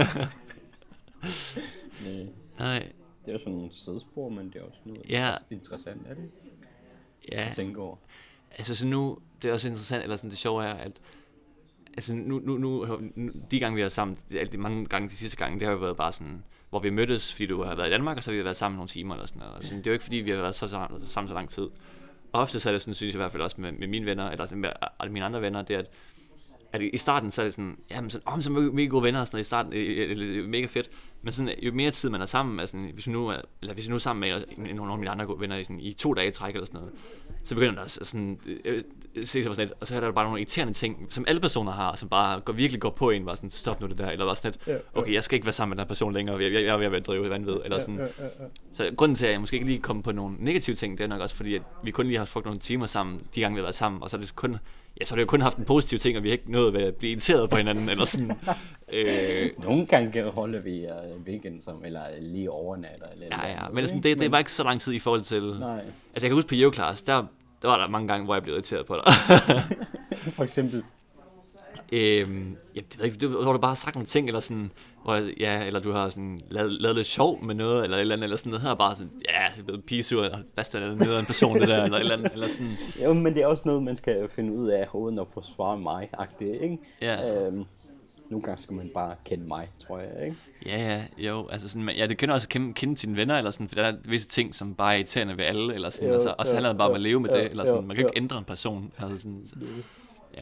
Nej. Nej, Det er jo sådan nogle sidespor, men det er også noget Ja. interessant, er det? ja. At tænke over. Altså så nu, det er også interessant, eller sådan det sjove er, at altså nu, nu, nu, nu de gange vi har sammen, de, de mange gange de sidste gange, det har jo været bare sådan, hvor vi mødtes, fordi du har været i Danmark, og så har vi været sammen nogle timer eller sådan noget. Altså, det er jo ikke fordi, vi har været så sammen, sammen så lang tid. Og ofte så er det sådan, synes jeg i hvert fald også med, med mine venner, eller sådan med, med mine andre venner, det er, at, at i starten så er det sådan, jamen så, oh, så er vi mega gode venner og sådan noget, i starten, det er mega fedt. Men sådan, jo mere tid man er sammen, altså, hvis vi nu er, eller hvis vi nu er sammen med nogle af mine andre gode venner i, sådan, i to dage i træk eller sådan noget, så begynder der også sådan, øh, se sig sådan lidt, og så er der bare nogle irriterende ting, som alle personer har, som bare går, virkelig går på en, bare sådan, stop nu det der, eller bare sådan lidt, okay, jeg skal ikke være sammen med den her person længere, jeg, jeg, jeg er ved at drive vanvid, eller sådan. Så grunden til, at jeg måske ikke lige kommer på nogle negative ting, det er nok også fordi, at vi kun lige har brugt nogle timer sammen, de gange vi har været sammen, og så er det kun, ja, så har det jo kun haft en positiv ting, og vi har ikke nået at blive irriteret på hinanden, eller sådan. øh, Nogle gange holder vi uh, weekend som, eller lige overnatter. Eller ja, eller ja, men sådan, det, det var ikke så lang tid i forhold til, Nej. altså jeg kan huske på Geoclass, der, der var der mange gange, hvor jeg blev irriteret på dig. For eksempel. Øhm, ja, det ved jeg ikke, du, hvor du bare har sagt nogle ting, eller sådan, hvor, jeg- ja, eller du har sådan lavet, lavet lidt sjov med noget, eller et eller andet, eller sådan noget, her bare sådan, ja, det er blevet pigesur, eller fast er nede af en person, det der, eller et eller andet, eller sådan. Jo, men det er også noget, man skal finde ud af, uden at forsvare mig-agtigt, ikke? Ja. Øhm, nogle gange skal man bare kende mig, tror jeg, ikke? Ja, ja, jo, altså sådan, ja, det kan også kende, kende sine venner, eller sådan, for der er visse ting, som bare er irriterende ved alle, eller sådan, Jo, altså, og så jo, handler det bare om at jo, leve med jo, det, eller sådan, jo, man kan jo ikke jo. ændre en person, altså sådan, så, ja.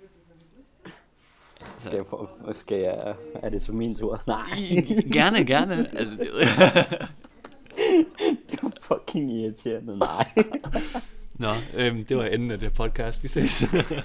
Skal jeg, for, skal jeg, er det så min tur? Nej. Gerne, gerne. Altså, det, Det var fucking irriterende, nej. Nå, øhm, det var enden af det podcast, vi ses.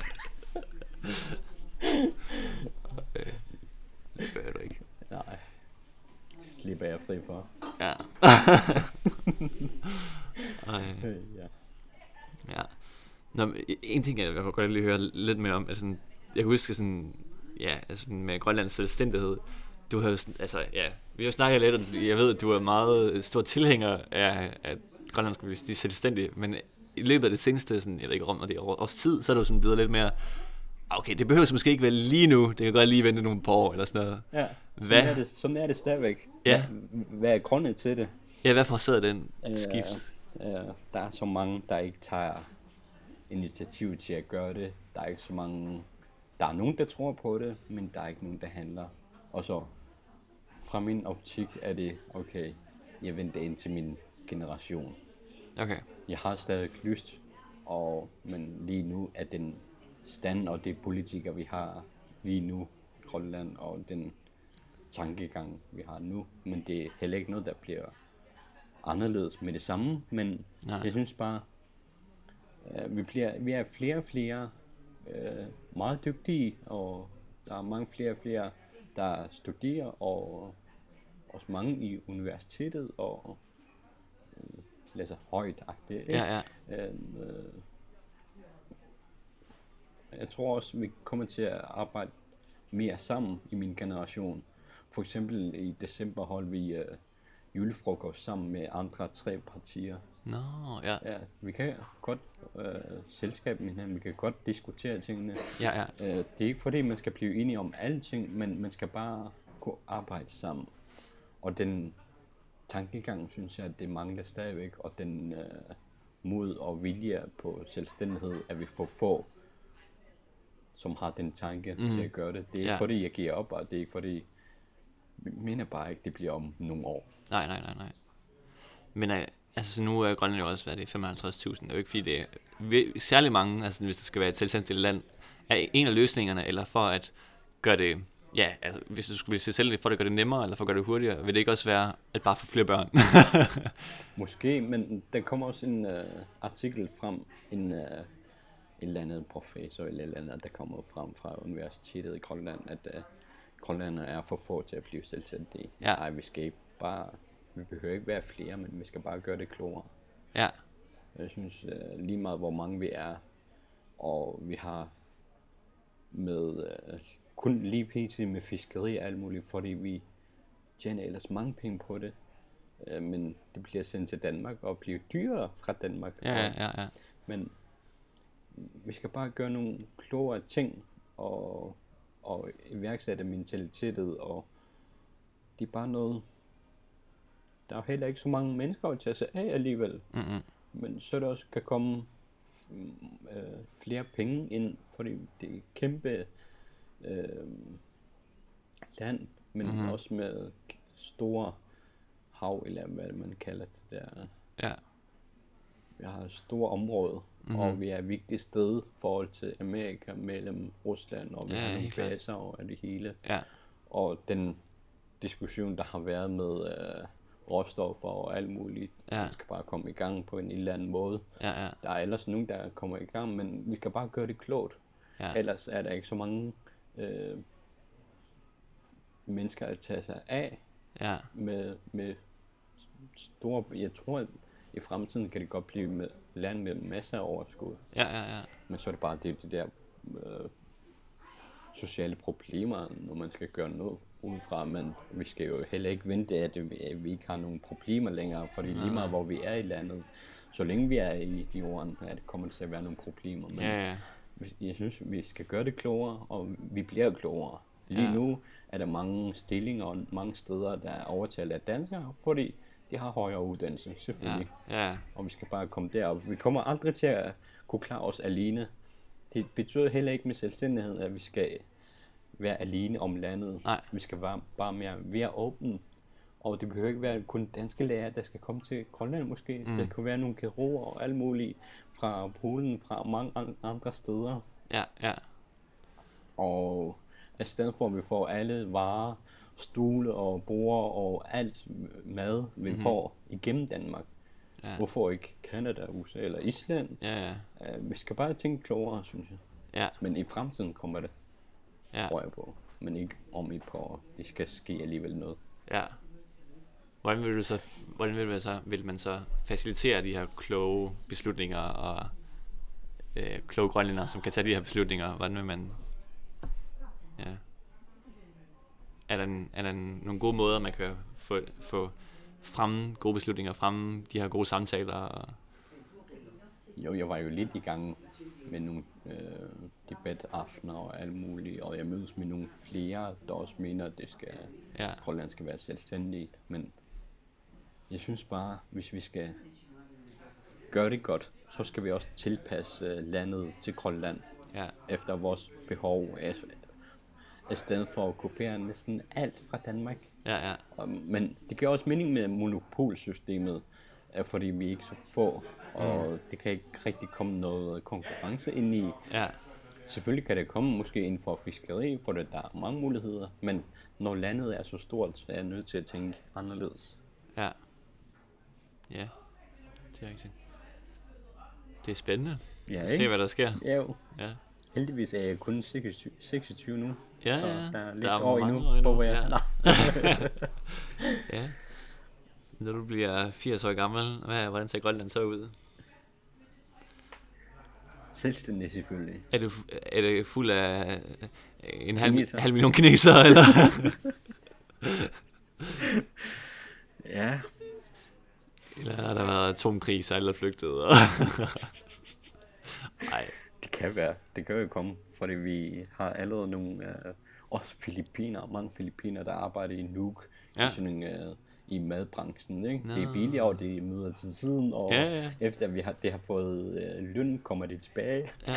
Okay. Det behøver du ikke. Nej. Det slipper jeg fri for. Ja. Ej, Øh, ja. ja. Nå, men en ting, jeg vil godt lige høre lidt mere om, altså, jeg husker sådan, ja, altså sådan med Grønlands selvstændighed, du har jo sådan, altså, ja, vi har jo snakket lidt, og jeg ved, at du er meget stor tilhænger af, at Grønland skal blive selvstændig, men i løbet af det seneste, sådan, jeg ved ikke om, når det er års tid, så er du sådan blevet lidt mere, okay, det behøver måske ikke være lige nu, det kan godt lige vente nogle par år, eller sådan noget. Ja, sådan, hvad? Er, det, sådan er det stadigvæk. Ja. Hvad, hvad er grunden til det? Ja, hvad forårsager den Øh, skift? øh, der er så mange, der ikke tager initiativ til at gøre det. Der er ikke så mange. Der er nogen, der tror på det, men der er ikke nogen, der handler. Og så fra min optik er det, okay, jeg venter ind til min generation. Okay. Jeg har stadig lyst, og, men lige nu er den stand og det politikere, vi har lige nu i Grønland, og den tankegang, vi har nu, men det er heller ikke noget, der bliver anderledes med det samme, men Nej. jeg synes bare, øh, vi, bliver, vi er flere og flere øh, meget dygtige, og der er mange flere og flere, der studerer, og også mange i universitetet, og øh, læser højt-agtigt. ikke? Ja, ja. Øh, øh, jeg tror også, vi kommer til at arbejde mere sammen i min generation. For eksempel i december holdt vi øh, julefrokost sammen med andre tre partier. Nå, ja. Ja, vi kan godt øh, selskab med hinanden, vi kan godt diskutere tingene. Ja, ja. Øh, det er ikke fordi, man skal blive enige om alle ting, men man skal bare gå arbejde sammen. Og den tankegang, synes jeg, at det mangler stadigvæk, og den øh, mod og vilje på selvstændighed, at vi får få, som har den tanke mm. til at gøre det. Det er ikke Ja. fordi, jeg giver op, og det er ikke fordi, jeg mener bare ikke, det bliver om nogle år. Nej, nej, nej, nej. Men øh, altså, så nu er Grønland jo også, hvad er det, femoghalvtreds tusind. Det er jo ikke fordi, det er vi- særlig mange, altså hvis der skal være et selvstændigt land, er en af løsningerne, eller for at gøre det, ja, altså hvis du skulle blive selvstændig, for at gøre det nemmere, eller for at gøre det hurtigere, vil det ikke også være, at bare få flere børn? Måske, men der kommer også en uh, artikel frem, en, uh, en eller anden professor eller et eller andet, der kommer frem fra universitetet i Grønland, at uh, Grønland er for få til at blive selvstændige. Ja. Nej, vi skal ikke bare, vi behøver ikke være flere, men vi skal bare gøre det klogere. Ja, Jeg synes uh, lige meget, hvor mange vi er, og vi har med uh, kun lige pt. Med fiskeri og alt muligt, fordi vi tjener ellers mange penge på det. Uh, men det bliver sendt til Danmark og bliver dyrere fra Danmark. ja, ja, ja, ja. Men vi skal bare gøre nogle klogere ting og, og iværksætte mentalitetet, og det er bare noget, der er heller ikke så mange mennesker til at se af alligevel. Mm-hmm. Men så der også kan komme mm, øh, flere penge ind, fordi det er kæmpe øh, land, men Mhm. mm-hmm. også med store hav, eller hvad man kalder det der. Ja, Vi har et stort område, mm-hmm. og vi er et vigtigt sted i forhold til Amerika, mellem Rusland, og vi Ja, har nogle helt klart. baser og det hele. ja, Og den diskussion, der har været med øh, råstoffer og alt muligt, Ja. vi skal bare komme i gang på en eller anden måde. ja, ja, Der er ellers nogen, der kommer i gang, men vi skal bare gøre det klogt. ja, Ellers er der ikke så mange øh, mennesker at tage sig af ja, med, med store... Jeg tror, at i fremtiden kan det godt blive med land med masser af overskud. ja, ja, ja, Men så er det bare det, det der øh, sociale problemer, når man skal gøre noget udefra. Men vi skal jo heller ikke vente, at, det, at vi ikke har nogen problemer længere, fordi lige meget hvor vi er i landet, så længe vi er i jorden, ja, det kommer til at være nogle problemer. Men ja, ja, jeg synes, vi skal gøre det klogere, og vi bliver klogere. Lige Ja. nu er der mange stillinger og mange steder, der er overtaget af danskere, fordi de har højere uddannelse, ja, selvfølgelig. ja, Og vi skal bare komme derop. Vi kommer aldrig til at kunne klare os alene. Det betyder heller ikke med selvstændighed, at vi skal være alene om landet. Nej. Vi skal være bare mere, mere åbne. Og det behøver ikke være kun danske lærere, der skal komme til Grønland måske. Mm. Der kan være nogle kirurger og alt muligt fra Polen, fra mange an- andre steder. ja, ja, Og i stedet for, at vi får alle varer, stole og borde og alt mad, vi mm-hmm. får igennem Danmark. Ja. Hvorfor ikke Canada, U S A eller Island? ja, ja, Uh, vi skal bare tænke klogere, synes jeg. ja, Men i fremtiden kommer det, ja, tror jeg på. Men ikke om et par år. Det skal ske alligevel noget. ja. Hvordan vil du så, hvordan vil, du så, vil man så facilitere de her kloge beslutninger og øh, kloge grønlændere, som kan tage de her beslutninger. Hvordan vil man... Ja. Er der, en, er der en, nogle gode måder, man kan få, få fremme gode beslutninger, fremme de her gode samtaler? Og... Jo, jeg var jo lidt i gang med nogle øh, debataftener og alt muligt, og jeg mødes med nogle flere, der også mener, at det skal, ja. Grønland skal være selvstændigt, men jeg synes bare, hvis vi skal gøre det godt, så skal vi også tilpasse landet til Grønland ja. efter vores behov, i stedet for at kopiere næsten alt fra Danmark. Ja, ja. Men det giver også mening med monopolsystemet, fordi vi er ikke så få, og mm. det kan ikke rigtig komme noget konkurrence ind i. Ja. Selvfølgelig kan det komme måske inden for fiskeri, for der er mange muligheder, men når landet er så stort, så er jeg nødt til at tænke anderledes. Ja. Ja, det er rigtigt. Det er spændende. Ja, se hvad der sker. Ja, jo. Ja. Heldigvis er jeg kun seksogtyve, seksogtyve nu, ja, så ja. der er lidt der er år mange endnu, hvor jeg ja. ja. Når du bliver firs år gammel, hvad, hvordan ser Grønland så ud? Selvstændig selvfølgelig. Er det, er det fuld af en halv, halv million kinesere, eller? ja. Eller har der været atomkrig, så alle er flygtet? Nej. Det kan være. Det kan jo komme, fordi vi har allerede nogle, uh, også filipiner, mange filipiner, der arbejder i Nuuk, ja. i, sådan, uh, i madbranchen. Ikke? No. Det er billigere, og de møder til tiden, og ja, ja. efter vi har, det har fået uh, løn, kommer de tilbage. Ja.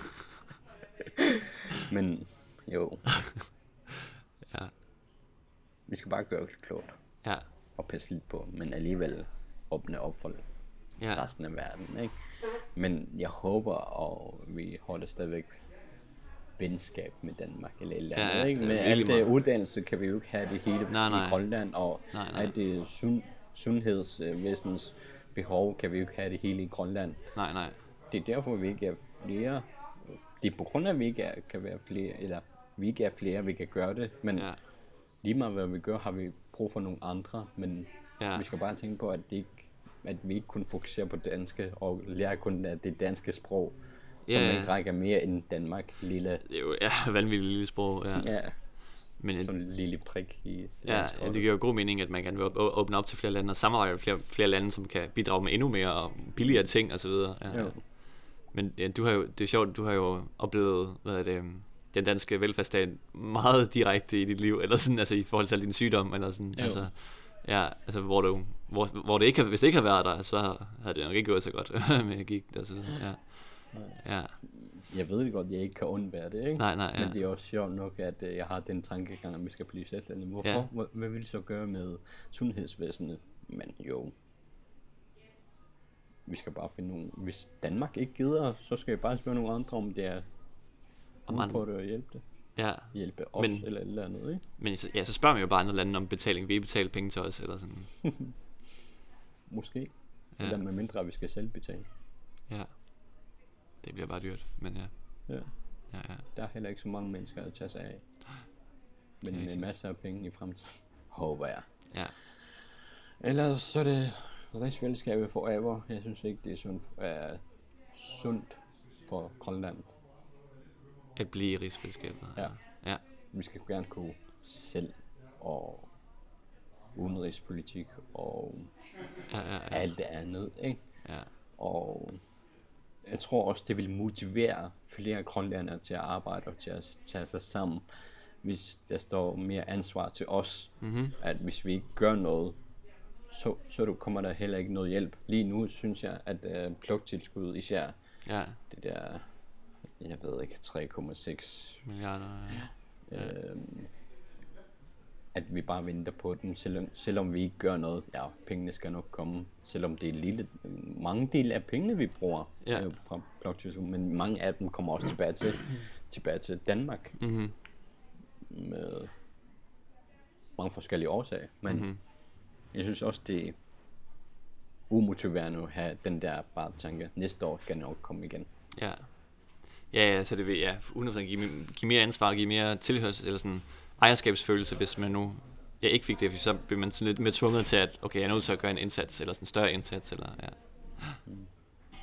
Men jo. ja. Vi skal bare gøre det klogt. Ja. Og passe lidt på, men alligevel åbne op for ja. resten af verden. Ikke? Men jeg håber, og vi holder stadigvæk venskab med Danmark eller et eller andet. Ja, ja, ikke? Med alt det uddannelse kan vi jo ikke have det hele nej, nej. i Grønland, og nej, nej. alt det sund, sundhedsvæsenens behov kan vi jo ikke have det hele i Grønland. Nej, nej. Det er derfor, vi ikke er flere. Det er på grund af, at vi ikke er, kan være flere, eller vi ikke er flere, vi kan gøre det, men ja. lige meget hvad vi gør, har vi brug for nogle andre, men ja. vi skal bare tænke på, at, det ikke, at vi ikke kun fokuserer på danske, og lærer kun det danske sprog, som ja. ikke rækker mere end Danmark, lille. Det er jo ja, vanvittigt lille sprog, ja. ja. Men sådan en lille prik i det ja, ja, det giver jo god mening, at man kan åbne op til flere lande og samarbejde med flere, flere lande, som kan bidrage med endnu mere og billigere ting og så videre. Ja, ja. Men ja, du har jo, det er sjovt, du har jo oplevet, hvad er det, den danske velfærdsstat meget direkte i dit liv, eller sådan, altså i forhold til din sygdom, eller sådan, jo. altså, ja, altså hvor du, hvor, hvor det ikke, hvis det ikke har været der, så havde det nok ikke gået så godt med gigt og så videre, ja. ja. Jeg ved det godt, jeg ikke kan undvære det, ikke? Nej, nej, ja. Men det er også sjovt nok, at jeg har den tankegang, at vi skal blive selvstændige. Hvorfor? Ja. Hvad vil det så gøre med sundhedsvæsenet? Men jo, vi skal bare finde nogle. Hvis Danmark ikke gider, så skal vi bare spørge nogle andre, om det er man på det og hjælpe det. Ja. Hjælpe os men, eller et eller andet, ikke? Men ja, så spørger man jo bare andre lande om betaling. Vil I betale penge til os, eller sådan? Måske. Ja. Eller med mindre, vi skal selv betale. Ja. Det bliver bare dyrt, men ja. Ja. Ja, ja. Der er heller ikke så mange mennesker at tage sig af. Men med sige. masser af penge i fremtiden. Håber jeg. Ja. Ellers så er det rigsfællesskabet forever. Jeg synes ikke, det er sundt, er sundt for Grønland. At blive i rigsfællesskabet. Ja. Ja. Vi skal gerne kunne selv og udenrigspolitik og ja, ja, ja. alt det andet, ikke? Ja. Og jeg tror også, det vil motivere flere grønlændere til at arbejde og til at tage sig sammen, hvis der står mere ansvar til os, mm-hmm. at hvis vi ikke gør noget, så, så kommer der heller ikke noget hjælp. Lige nu synes jeg, at uh, pluktilskud især, ja. det der, jeg ved ikke, tre komma seks milliarder, ja. Ja. Øhm, at vi bare venter på den, selvom, selvom vi ikke gør noget. Ja, pengene skal nok komme, selvom det er lille, mange dele af pengene, vi bruger ja. øh, fra bloktilskud, men mange af dem kommer også tilbage til, tilbage til Danmark, mm-hmm. med mange forskellige årsager. Men mm-hmm. jeg synes også, det er umotiverende at have den der bare tanke, næste år skal nok komme igen. Ja, ja, ja så det vil ja, hundrede procent give, give mere ansvar, give mere tilhørs, eller sådan ejerskabsfølelse, hvis man nu ja, ikke fik det, så bliver man sådan lidt mere tvunget til, at okay, jeg er nødt til at gøre en indsats, eller sådan en større indsats, eller ja. Mm.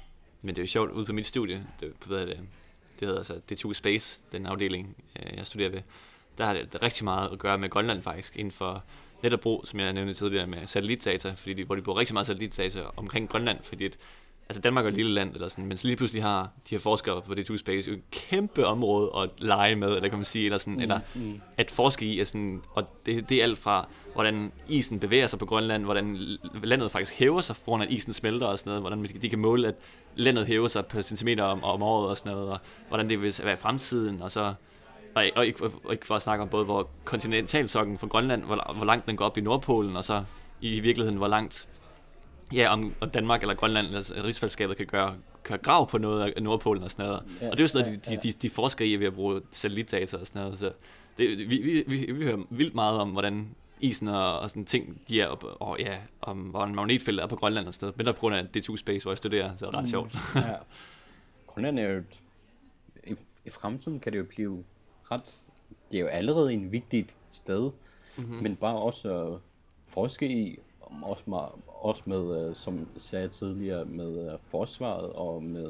men det er jo sjovt, ude på mit studie, det, hvad er det, det hedder altså D to Space, den afdeling, øh, jeg studerer ved, der har det, det rigtig meget at gøre med Grønland faktisk, inden for netop brug, som jeg nævnte tidligere, med satellitdata, fordi de, hvor de bruger rigtig meget satellitdata omkring Grønland, fordi et, altså Danmark er et lille land, eller sådan, men så lige pludselig har de her forskere på D to Space jo et kæmpe område at lege med, eller kan man sige, eller, sådan, mm, eller mm. at forske i, sådan, og det, det er alt fra, hvordan isen bevæger sig på Grønland, hvordan landet faktisk hæver sig, på grund af at isen smelter og sådan noget, hvordan de kan måle, at landet hæver sig på centimeter om, om året og sådan noget, og hvordan det vil være i fremtiden, og så og, og, ikke, og ikke for at snakke om både, hvor kontinentalsoklen for Grønland, hvor, hvor langt den går op i Nordpolen, og så i virkeligheden, hvor langt ja, om, om Danmark eller Grønland eller rigsfællesskabet kan gøre, gøre grav på noget af Nordpolen og sådan noget. Ja, og det er jo sådan noget, ja, ja. de, de, de forsker i ved at bruge satellitdata og sådan noget. Så det, vi, vi, vi, vi hører vildt meget om, hvordan isen og, og sådan ting, de er op, og ja, om hvordan magnetfeltet er på Grønland og sådan noget. Men der på grund af D to Space, hvor jeg studerer, så er det ret mm, sjovt. Ja. Grønland er jo et, i, i fremtiden kan det jo blive ret, det er jo allerede en vigtigt sted, mm-hmm. men bare også uh, forske i, også med, også med uh, som jeg sagde tidligere, med uh, forsvaret og med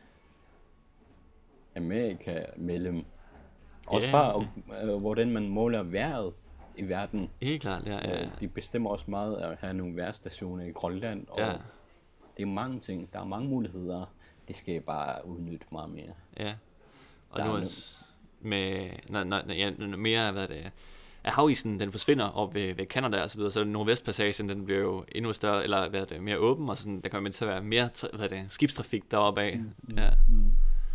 Amerika mellem. Også yeah. bare, uh, hvordan man måler vejret i verden. Helt klart, ja. ja. De bestemmer også meget at have nogle vejrstationer i Grønland, og ja. det er mange ting, der er mange muligheder, det skal bare udnytte meget mere. Ja, og der nu også med, når, når, ja, mere, hvad det er, at havisen, den forsvinder op ved, ved Canada og så videre, så Nordvestpassagen, den bliver jo endnu større, eller hvad det, mere åben, og sådan, der kommer til at være mere, hvad det, skibstrafik deroppe af. Mm, mm, ja. Mm.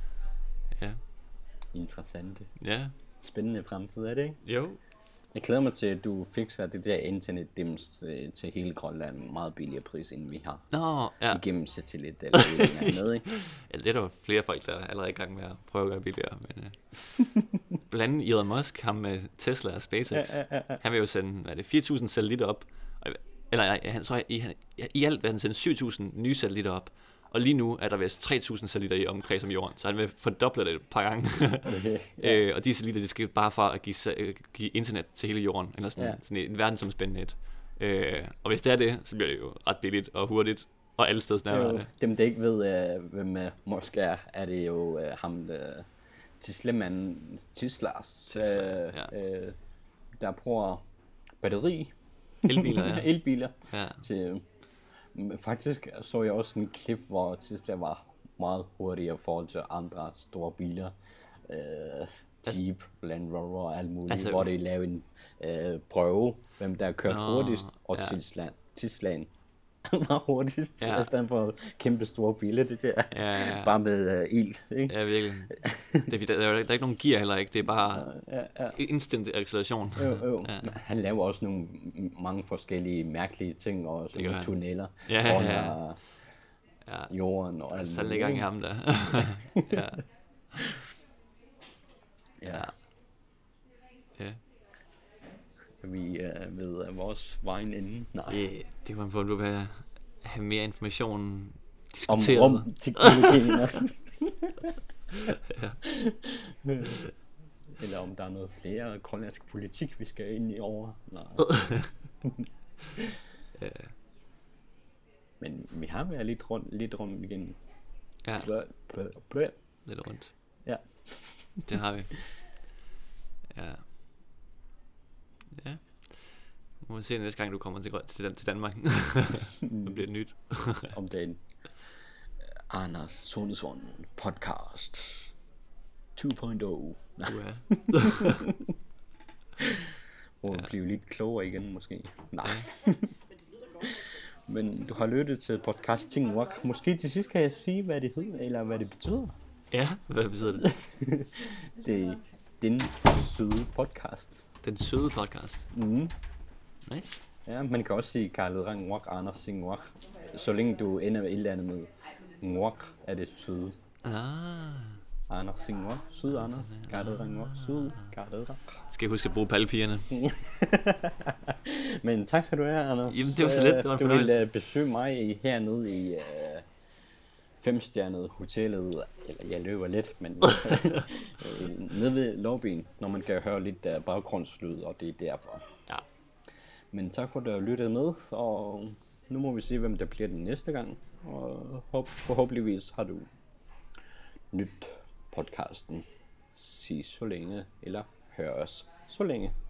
Ja. Interessant. Ja. Spændende fremtid, er det ikke? Jo. Jeg glæder mig til, at du fikser det der internetdims øh, til hele Grønland meget billigere pris, end vi har. Nå, ja. Igennem satellit eller noget andet, ikke? Ja, det er der flere folk, der er allerede i gang med at prøve at gøre billigere. Men, øh. Blandt andet Elon Musk, ham med Tesla og SpaceX, ja, ja, ja, ja. Han vil jo sende, hvad er det, fire tusind satellitter op. Eller jeg, jeg tror, i, i alt vil han sende syv tusind nye satellitter op. Og lige nu er der vist tre tusind satellitter i omkreds om jorden, så han vil fordoble det et par gange. Okay, ja. øh, og de satellitter, de skal bare for at give, give internet til hele jorden, eller sådan, ja. sådan en verdensomspændende net. Øh, og hvis det er det, så bliver det jo ret billigt og hurtigt, og alle steder snart det. Dem, der ikke ved, uh, hvem uh, Musk er, er det jo uh, ham, der Tesla-manden, Teslas, Tesla, uh, ja. uh, der bruger batteri, elbiler, ja. elbiler ja. til. Faktisk så jeg også en klip, hvor Tesla var meget hurtigere i forhold til andre store biler. Øh, Jeep, Land Rover og alt muligt, altså, hvor de lavede en øh, prøve, hvem der kørte nå, hurtigst, og ja. Tesla, Teslaen var hurtigst, ja. I stedet for kæmpe store biler, det der, ja, ja. bare med uh, ild, ikke? Ja, virkelig. Det, der, der, der er ikke nogen gear heller ikke, det er bare ja, ja. instant acceleration. Jo, jo. Ja. Han laver også nogle mange forskellige mærkelige ting, og sådan nogle tunneller ja, ja, ja. under ja. jorden og alt. Så er gang i ham der. ja. Ja. Ja. Vi uh, ved uh, vores vejen inden. Nej. Yeah, det kunne man få, du vil have mere information diskuteret. Om, om teknologien. ja. Eller om der er noget flere grønlandsk politik, vi skal ind i over. Nej. ja. Men vi har været lidt rundt, lidt rundt igen. Ja. Blø, blø, blø. Lidt rundt. Ja. Det har vi. Ja. Ja. Må vi se næste gang, du kommer til, til, til Danmark. Det bliver nyt. Om dagen. Anders Sundhedsson podcast to punkt nul. Nej. Ja. Må ja. blive lidt klogere igen, måske. Nej. Men du har lyttet til podcast Tingwak. Måske til sidst kan jeg sige, hvad det hedder, eller hvad det betyder. Ja, hvad betyder det? Det er den søde podcast. Den søde podcast? Mhm. Nice. Ja, man kan også sige Karl Rang Wak, Anders Sing Wak. Så længe du ender med et eller andet med Wak, er det søde. Ah. Anders Sing Wak, sød Anders. Karl Rang Wak, sød Karl Rang. Skal jeg huske at bruge pallepigerne? Men tak skal du have, Anders. Jamen, det var så let. Det var en du ville uh, besøge mig hernede i uh, femstjernede hotellet. Eller jeg løber lidt, men nede ved lobbyen, når man kan høre lidt uh, baggrundslyd, og det er derfor. Ja. Men tak for at du har lyttet med, og nu må vi se, hvem der bliver den næste gang. Og håb, forhåbentligvis har du nyt podcasten Sig så længe, eller hør os så længe.